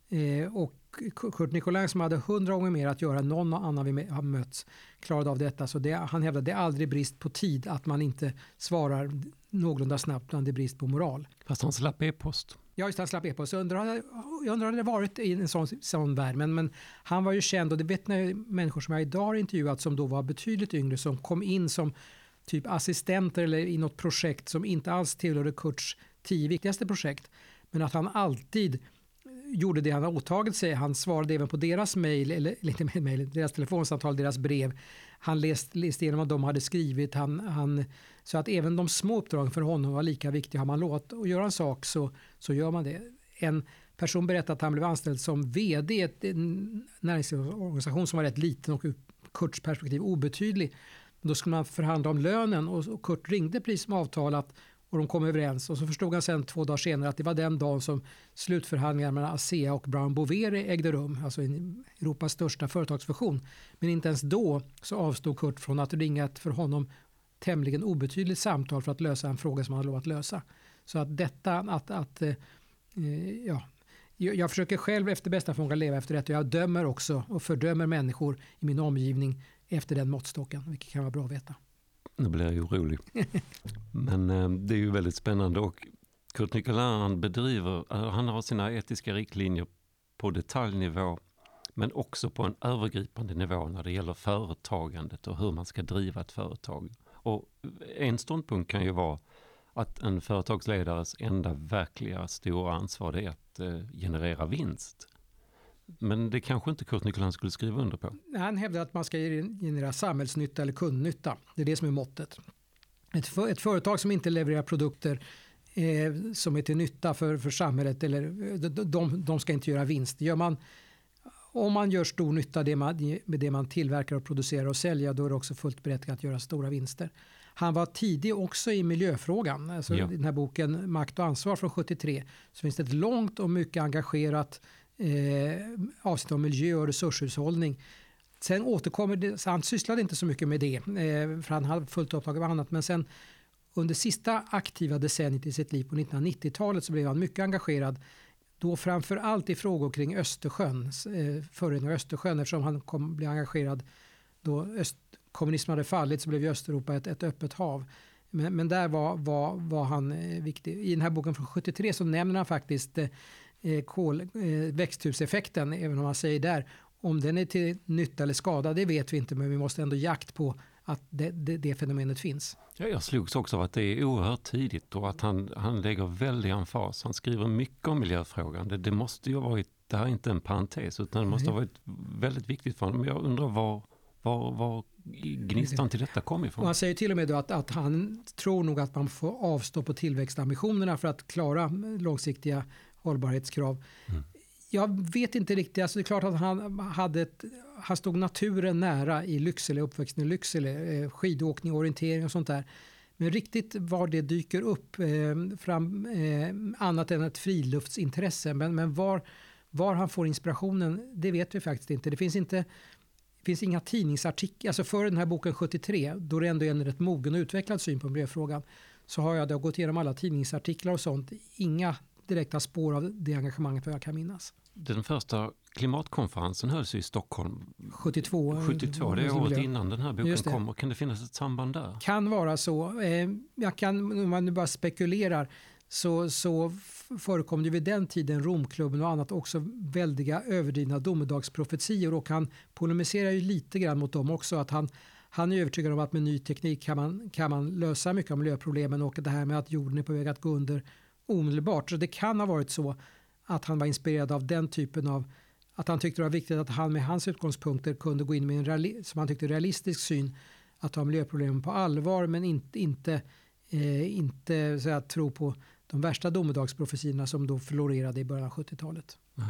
Och Curt Nicolin, som hade hundra gånger mer att göra än någon annan vi har mött, klarade av detta. Så det, han hävdade att det är aldrig brist på tid att man inte svarar någorlunda snabbt, utan det är brist på moral. Fast han slapp e-post. Ja, just han slapp e-post. Jag undrar, jag undrar hur det varit i en sån, sån värld. Men, men han var ju känd, och det vet ni, människor som jag idag har intervjuat som då var betydligt yngre, som kom in som typ assistenter eller i något projekt som inte alls tillhörde Kurts tio viktigaste projekt. Men att han alltid gjorde det han har åtagit sig. Han svarade även på deras mejl, eller lite mer mejl, deras telefonsamtal, deras brev. Han läste, läste igenom vad de hade skrivit. Han, han, så att även de små uppdragen för honom var lika viktiga. Har man låt att göra en sak så, så gör man det. En person berättade att han blev anställd som vd i en näringslivsorganisation som var rätt liten och ur Kurts perspektiv obetydlig. Då skulle man förhandla om lönen, och Kurt ringde precis som avtalat och de kom överens, och så förstod han sen två dagar senare att det var den dagen som slutförhandlingar mellan ASEA och Brown Boveri ägde rum, alltså Europas största företagsfusion. Men inte ens då så avstod Kurt från att ringa ett för honom tämligen obetydligt samtal för att lösa en fråga som han hade lovat lösa. Så att detta att, att eh, ja, jag försöker själv efter bästa förmåga leva efter detta, och jag dömer också och fördömer människor i min omgivning efter den måttstocken, vilket kan vara bra att veta. Nu blir jag orolig. Men eh, det är ju väldigt spännande, och Curt Nicolin bedriver, han har sina etiska riktlinjer på detaljnivå, men också på en övergripande nivå när det gäller företagandet och hur man ska driva ett företag. Och en ståndpunkt kan ju vara att en företagsledares enda verkliga stora ansvar är att eh, generera vinst. Men det kanske inte Curt Nicolin skulle skriva under på. Han hävdar att man ska generera samhällsnytta eller kundnytta. Det är det som är måttet. Ett, för, ett företag som inte levererar produkter eh, som är till nytta för, för samhället, eller, de, de, de ska inte göra vinst. Gör man, om man gör stor nytta det man, med det man tillverkar och producerar och säljer, då är det också fullt berättigat att göra stora vinster. Han var tidig också i miljöfrågan. Alltså ja. I den här boken Makt och ansvar från sjuttiotre så finns det ett långt och mycket engagerat eh, avsnitt om miljö och resurshushållning. Sen återkommer det, så han sysslade inte så mycket med det, eh, för han hade fullt upptag av annat. Men sen under sista aktiva decenniet i sitt liv på nittonhundranittiotalet så blev han mycket engagerad. Då framför allt i frågor kring Östersjön, eh, förorening av Östersjön, eftersom han kom bli engagerad då öst, kommunismen hade fallit, så blev ju Östeuropa ett, ett öppet hav. Men, men där var, var, var han eh, viktig. I den här boken från sjuttiotre så nämner han faktiskt eh, kol, eh, växthuseffekten, även om han säger där, om den är till nytta eller skada, det vet vi inte, men vi måste ändå jakt på att det, det, det fenomenet finns. Ja, jag slogs också av att det är oerhört tidigt och att han, han lägger väldigt emfas. Han skriver mycket om miljöfrågan. Det, det måste ju ha varit, det här är inte en parentes, utan det måste ha varit väldigt viktigt för honom. Men jag undrar var, var, var gnistan till detta kom ifrån. Och han säger till och med då att, att han tror nog att man får avstå på tillväxtambitionerna för att klara långsiktiga hållbarhetskrav. Mm. Jag vet inte riktigt, alltså det är klart att han, hade ett, han stod naturen nära i Lycksele, uppväxten i Lycksele, skidåkning, orientering och sånt där. Men riktigt var det dyker upp eh, fram, eh, annat än ett friluftsintresse. Men, men var, var han får inspirationen, det vet vi faktiskt inte. Det finns inte det finns inga tidningsartiklar, alltså för den här boken sjuttiotre, då det ändå är en rätt mogen och utvecklad syn på miljöfrågan, så har jag då gått igenom alla tidningsartiklar och sånt. Inga direkta spår av det engagemanget vad jag kan minnas. Den första klimatkonferensen hölls i Stockholm sjuttiotvå. sjuttiotvå, det är året innan den här boken kommer. Kan det finnas ett samband där? Kan vara så. Jag kan, om man nu bara spekulerar, så, så förekom det vid den tiden Romklubben och annat också väldiga överdrivna domedagsprofetior, och han polemiserar ju lite grann mot dem också, att han Han är övertygad om att med ny teknik kan man, kan man lösa mycket av miljöproblemen, och det här med att jorden är på väg att gå under omedelbart. Så det kan ha varit så att han var inspirerad av den typen av, att han tyckte det var viktigt att han med hans utgångspunkter kunde gå in med en reali, som han tyckte realistisk syn, att ta miljöproblemen på allvar, men inte, inte, eh, inte så att tro på de värsta domedagsprofetiorna som då florerade i början av sjuttiotalet. Nej.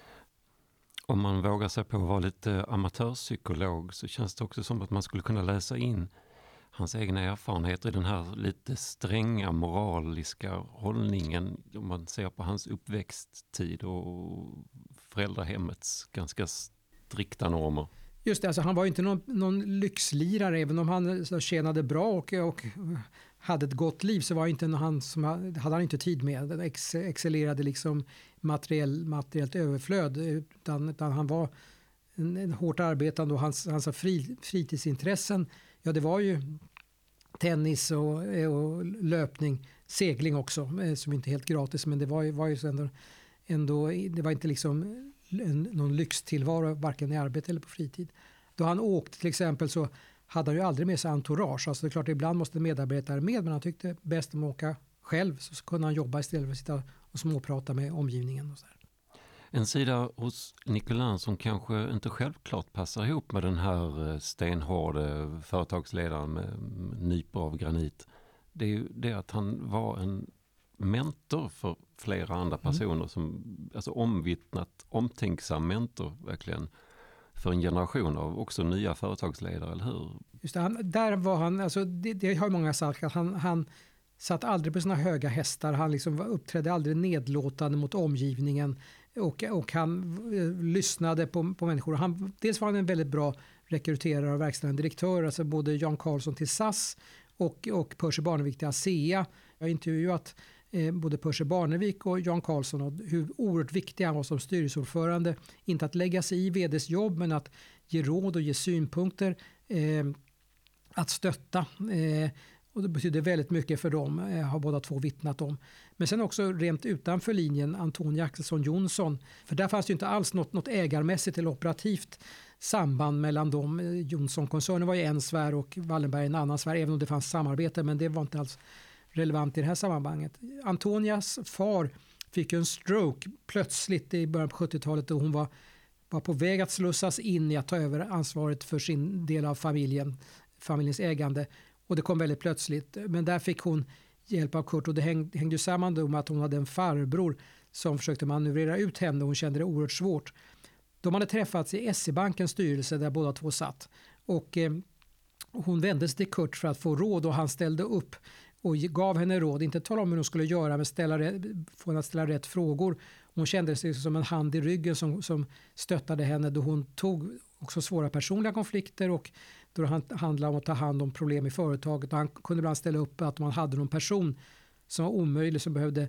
Om man vågar sig på att vara lite amatörpsykolog så känns det också som att man skulle kunna läsa in hans egna erfarenheter i den här lite stränga moraliska hållningen, om man ser på hans uppväxttid och föräldrahemmets ganska strikta normer. Just det, alltså han var ju inte någon, någon lyxlirare, även om han så tjänade bra och, och hade ett gott liv, så var inte han som hade han inte tid med. Ex, excellerade liksom materiell, materiellt överflöd, utan, utan han var en, en hårt arbetande, och hans, hans fri, fritidsintressen, ja det var ju tennis och, och löpning, segling också, som inte är helt gratis, men det var ju, var ju ändå, ändå, det var inte liksom en, någon lyxtillvaro varken i arbete eller på fritid. Då han åkte till exempel så hade han ju aldrig med sig entourage. Alltså det är klart, ibland måste medarbetare med, men han tyckte bäst om att åka själv, så kunde han jobba istället för att sitta och småprata med omgivningen. Och så där. En sida hos Nicolin som kanske inte självklart passar ihop med den här stenhårde företagsledaren med nypor av granit, det är ju det att han var en mentor för flera andra personer, mm. som alltså omvittnat, omtänksam mentor verkligen för en generation av också nya företagsledare, eller hur? Just det, han, där var han, alltså det, det har många sagt, att han, han satt aldrig på sina höga hästar, han liksom uppträdde aldrig nedlåtande mot omgivningen, och, och han eh, lyssnade på, på människor. Han, dels var han en väldigt bra rekryterare och verkställande direktör, alltså både Jan Carlsson till S A S och, och Percy Barnevik till ASEA. Jag har intervjuat eh, både Percy Barnevik och Jan Carlsson, och hur oerhört viktig han var som styrelseordförande. Inte att lägga sig i vd:s jobb, men att ge råd och ge synpunkter, eh, att stötta. Eh, Och det betyder väldigt mycket för dem, har båda två vittnat om. Men sen också rent utanför linjen Antonia Axelsson Johnson. För där fanns det ju inte alls något, något ägarmässigt eller operativt samband mellan dem. Johnson-koncernen var ju en sfär och Wallenberg en annan sfär, även om det fanns samarbete, men det var inte alls relevant i det här sammanhanget. Antonias far fick en stroke plötsligt i början på sjuttiotalet och hon var, var på väg att slussas in i att ta över ansvaret för sin del av familjen, familjens ägande. Och det kom väldigt plötsligt. Men där fick hon hjälp av Kurt och det hängde, hängde samman med att hon hade en farbror som försökte manövrera ut henne och hon kände det oerhört svårt. De hade träffats i S E-bankens styrelse där båda två satt. Och eh, hon vände sig till Kurt för att få råd och han ställde upp och gav henne råd. Inte tala om hur hon skulle göra men ställa, få henne att ställa rätt frågor. Hon kände sig som en hand i ryggen som, som stöttade henne då hon tog också svåra personliga konflikter och då det handlade om att ta hand om problem i företaget. Och han kunde ibland ställa upp att man hade någon person som var omöjlig som behövde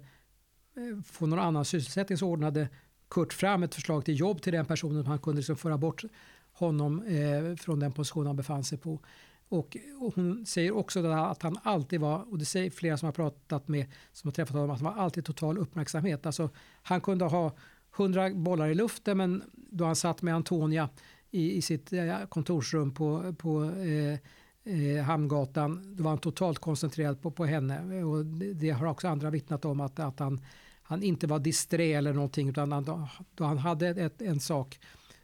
få någon annan sysselsättning så ordnade Kurt fram ett förslag till jobb till den personen. Han kunde liksom föra bort honom eh, från den position han befann sig på. Och, och hon säger också att han alltid var, och det säger flera som har pratat med, som har träffat honom, att han var alltid total uppmärksamhet. Alltså, han kunde ha hundra bollar i luften men då han satt med Antonia i, i sitt eh, kontorsrum på, på eh, eh, Hamngatan, då var han totalt koncentrerad på, på henne. Och det, det har också andra vittnat om att, att han, han inte var disträ eller någonting utan han, då, då han hade ett, en sak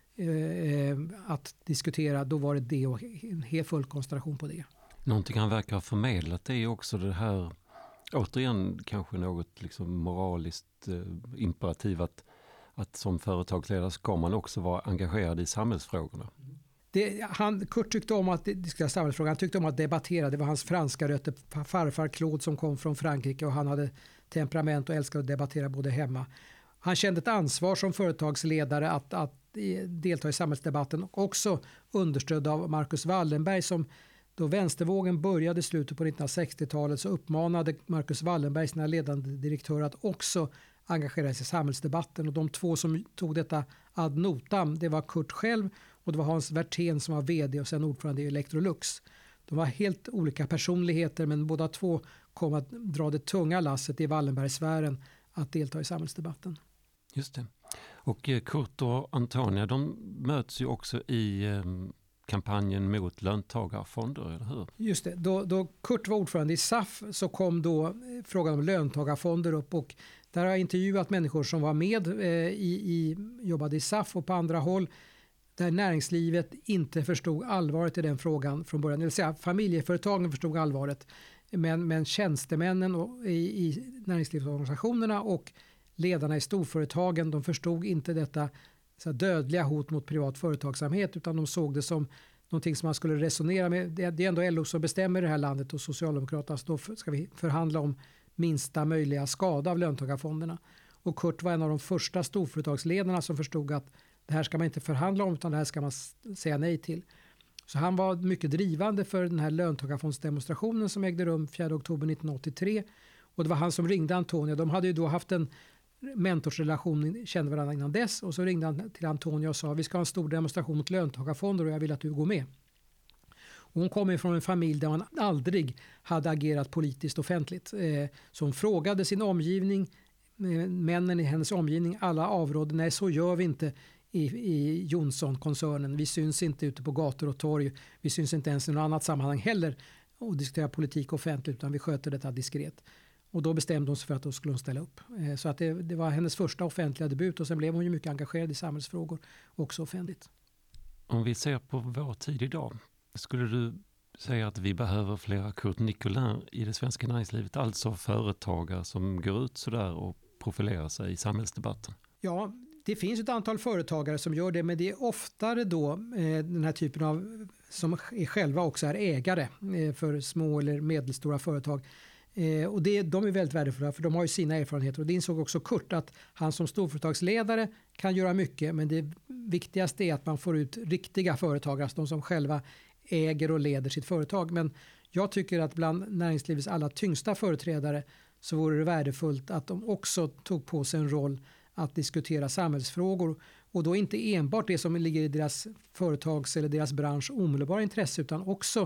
eh, att diskutera, då var det det och en helt full koncentration på det. Någonting han verkar ha förmedlat är också det här, återigen kanske något liksom moraliskt eh, imperativ att, att som företagsledare ska man också vara engagerad i samhällsfrågorna. Det, han, Kurt tyckte om att diskutera samhällsfrågor, han tyckte om att debattera, det var hans franska rötter, farfar Claude som kom från Frankrike och han hade temperament och älskade att debattera både hemma. Han kände ett ansvar som företagsledare att, att delta i samhällsdebatten och också understödd av Marcus Wallenberg som då vänstervågen började i slutet på nittonhundrasextiotalet så uppmanade Marcus Wallenberg sina ledande direktörer att också engagera sig i samhällsdebatten och de två som tog detta ad notam det var Kurt själv och det var Hans Werthén som var vd och sen ordförande i Electrolux. De var helt olika personligheter men båda två kom att dra det tunga lasset i Wallenbergsfären att delta i samhällsdebatten. Just det. Och Kurt och Antonia de möts ju också i eh, kampanjen mot löntagarfonder, eller hur? Just det. Då, då Kurt var ordförande i S A F så kom då frågan om löntagarfonder upp och där har jag intervjuat människor som var med eh, i, i, jobbade i S A F och på andra håll där näringslivet inte förstod allvaret i den frågan från början. Det vill säga familjeföretagen förstod allvaret men, men tjänstemännen och, i, i näringslivsorganisationerna och ledarna i storföretagen de förstod inte detta så dödliga hot mot privat företagsamhet utan de såg det som någonting som man skulle resonera med. Det, det är ändå L O som bestämmer i det här landet och Socialdemokraterna så då ska vi förhandla om minsta möjliga skada av löntagarfonderna. Och Kurt var en av de första storföretagsledarna som förstod att det här ska man inte förhandla om utan det här ska man säga nej till. Så han var mycket drivande för den här löntagarfondsdemonstrationen som ägde rum fjärde oktober nittonhundraåttiotre och det var han som ringde Antonia. De hade ju då haft en mentorsrelation, kände varandra innan dess och så ringde han till Antonia och sa vi ska ha en stor demonstration mot löntagarfonder och jag vill att du går med. Och hon kommer från en familj där man aldrig hade agerat politiskt offentligt. Så hon frågade sin omgivning, männen i hennes omgivning, alla avrådde, nej så gör vi inte i, i Johnson-koncernen. Vi syns inte ute på gator och torg, vi syns inte ens i något annat sammanhang heller och diskuterar politik offentligt utan vi sköter detta diskret. Och då bestämde hon sig för att då skulle hon ställa upp. Så att det, det var hennes första offentliga debut och sen blev hon ju mycket engagerad i samhällsfrågor också offentligt. Om vi ser på vår tid idag, skulle du säga att vi behöver flera Curt Nicolin i det svenska näringslivet, alltså företagare som går ut sådär och profilerar sig i samhällsdebatten? Ja, det finns ett antal företagare som gör det men det är oftare då eh, den här typen av som är själva också är ägare eh, för små eller medelstora företag. Eh, och det, de är väldigt värdefulla för de har ju sina erfarenheter och det insåg också Kurt att han som storföretagsledare kan göra mycket men det viktigaste är att man får ut riktiga företagare, alltså de som själva äger och leder sitt företag. Men jag tycker att bland näringslivets alla tyngsta företrädare så vore det värdefullt att de också tog på sig en roll att diskutera samhällsfrågor och då inte enbart det som ligger i deras företags eller deras bransch omedelbara intresse utan också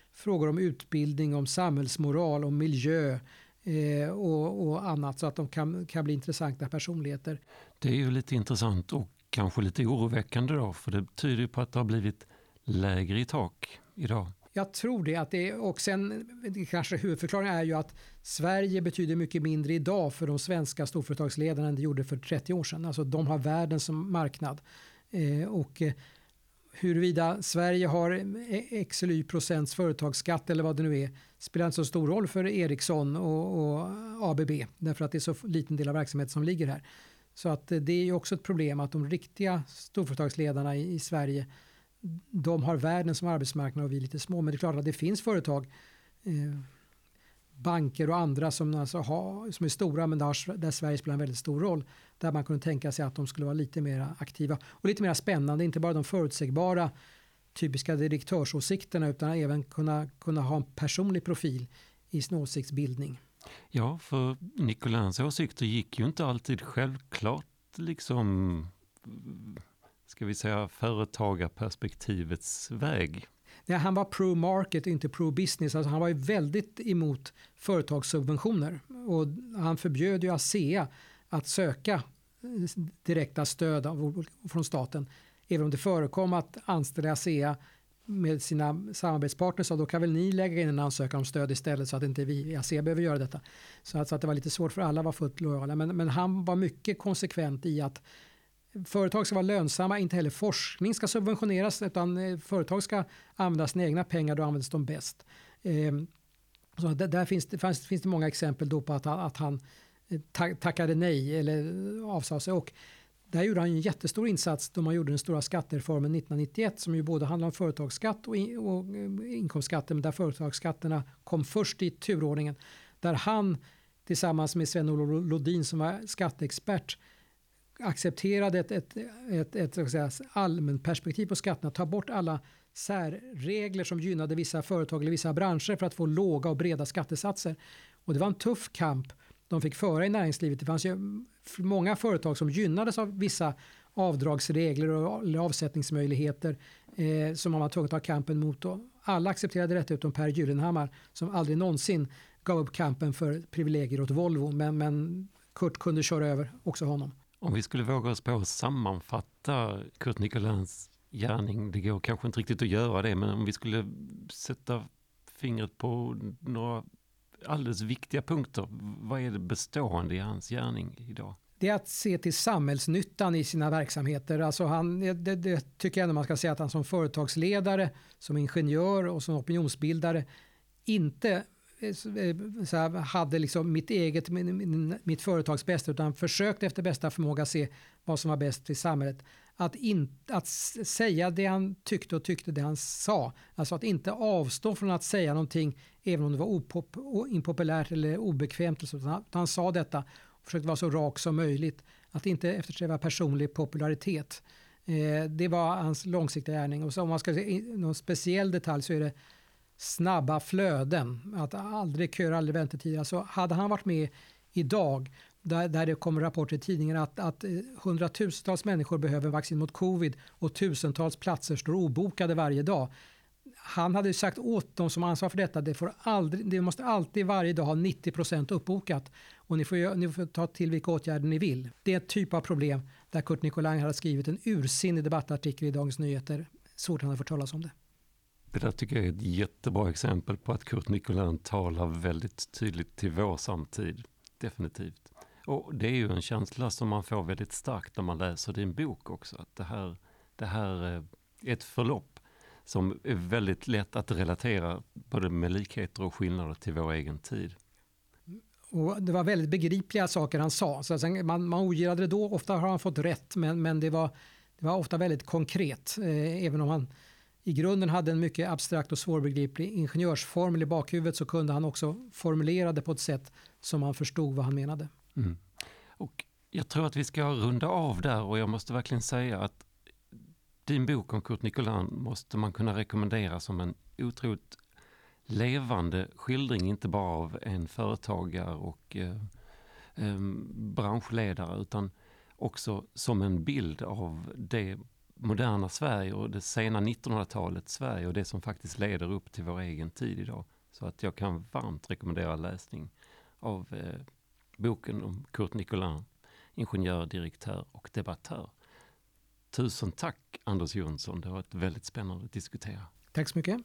frågor om utbildning, om samhällsmoral, om miljö eh, och, och annat, så att de kan, kan bli intressanta personligheter. Det är ju lite intressant och kanske lite oroväckande då, för det tyder ju på att det har blivit lägre i tak idag. Jag tror det. Att det och sen kanske huvudförklaringen är ju att Sverige betyder mycket mindre idag för de svenska storföretagsledarna än det gjorde för trettio år sedan. Alltså de har världen som marknad. Eh, och eh, huruvida Sverige har x eller y procents företagsskatt eller vad det nu är spelar inte så stor roll för Ericsson och, och A B B, därför att det är så liten del av verksamheten som ligger här. Så att det är ju också ett problem att de riktiga storföretagsledarna i, i Sverige, de har världen som arbetsmarknad och vi är lite små. Men det är klart att det finns företag, eh, banker och andra som, alltså har, som är stora, men där, där Sverige spelar en väldigt stor roll. Där man kunde tänka sig att de skulle vara lite mer aktiva och lite mer spännande. Inte bara de förutsägbara typiska direktörsåsikterna, utan även kunna, kunna ha en personlig profil i sin åsiktsbildning. Ja, för Nicolins åsikter gick ju inte alltid självklart liksom, ska vi säga, företagarperspektivets väg. Ja, han var pro-market, inte pro-business. Alltså han var ju väldigt emot företagssubventioner. Och han förbjöd ju ASEA att söka direkta stöd av, från staten. Även om det förekom att anställa ASEA med sina samarbetspartners, så då kan väl ni lägga in en ansökan om stöd istället, så att inte vi ASEA behöver göra detta. Så att, så att det var lite svårt för alla, var fullt lojala. Men, men han var mycket konsekvent i att företag ska vara lönsamma, inte heller forskning ska subventioneras, utan företag ska använda sina egna pengar, då används de bäst. Så där, där finns, det, finns, finns det många exempel då på att, att han tackade nej eller avsade sig. Och där gjorde han en jättestor insats då man gjorde den stora skattereformen nittonhundranittioett, som ju både handlar om företagsskatt och, in, och inkomstskatter, men där företagsskatterna kom först i turordningen. Där han tillsammans med Sven-Olof Lodin, som var skatteexpert, accepterade ett, ett, ett, ett, ett säga, allmänt perspektiv på skatterna, ta bort alla särregler som gynnade vissa företag eller vissa branscher för att få låga och breda skattesatser. Och det var en tuff kamp de fick föra i näringslivet. Det fanns ju många företag som gynnades av vissa avdragsregler och eller avsättningsmöjligheter eh, som man var tvungen att ta kampen mot. Och alla accepterade detta utom Per Gyllenhammar, som aldrig någonsin gav upp kampen för privilegier åt Volvo. Men, men Kurt kunde köra över också honom. Om vi skulle våga oss på att sammanfatta Kurt Nicolins gärning, det går kanske inte riktigt att göra det, men om vi skulle sätta fingret på några alldeles viktiga punkter, vad är det bestående i hans gärning idag? Det är att se till samhällsnyttan i sina verksamheter. Alltså han, det, det tycker jag ändå man ska säga, att han som företagsledare, som ingenjör och som opinionsbildare inte så här, hade liksom mitt eget, mitt företags bästa, utan försökte efter bästa förmåga se vad som var bäst i samhället. Att, in, att säga det han tyckte och tyckte det han sa. Alltså att inte avstå från att säga någonting även om det var opop, impopulärt eller obekvämt. Utan han, han sa detta och försökte vara så rak som möjligt. Att inte eftersträva personlig popularitet. Eh, det var hans långsiktiga gärning. Och så om man ska se någon speciell detalj, så är det snabba flöden. Att aldrig köra, aldrig väntetider. Alltså hade han varit med idag, Där, där det kommer rapporter i tidningen att, att hundratusentals människor behöver vaccin mot covid och tusentals platser står obokade varje dag. Han hade sagt åt de som ansvar för detta, det, får aldrig, det måste alltid varje dag ha nittio procent uppbokat och ni får, ni får ta till vilka åtgärder ni vill. Det är ett typ av problem där Kurt Nicolin hade skrivit en ursinnig debattartikel i Dagens Nyheter. Svårt han har fått talas om det. Det där tycker jag är ett jättebra exempel på att Kurt Nicolin talar väldigt tydligt till vår samtid. Definitivt. Och det är ju en känsla som man får väldigt starkt när man läser din bok också. Att det här, det här är ett förlopp som är väldigt lätt att relatera både med likheter och skillnader till vår egen tid. Och det var väldigt begripliga saker han sa. Så man, man ogillade det då, ofta har han fått rätt, men, men det, var, det var ofta väldigt konkret. Eh, även om han i grunden hade en mycket abstrakt och svårbegriplig ingenjörsformel i bakhuvudet, så kunde han också formulera det på ett sätt som man förstod vad han menade. Mm. Och jag tror att vi ska runda av där, och jag måste verkligen säga att din bok om Kurt Nicolin måste man kunna rekommendera som en otroligt levande skildring, inte bara av en företagare och eh, eh, branschledare, utan också som en bild av det moderna Sverige och det sena nittonhundratalets Sverige och det som faktiskt leder upp till vår egen tid idag. Så att jag kan varmt rekommendera läsning av eh, boken om Curt Nicolin, ingenjör, direktör och debattör. Tusen tack Anders Jonsson, det har varit väldigt spännande att diskutera. Tack så mycket.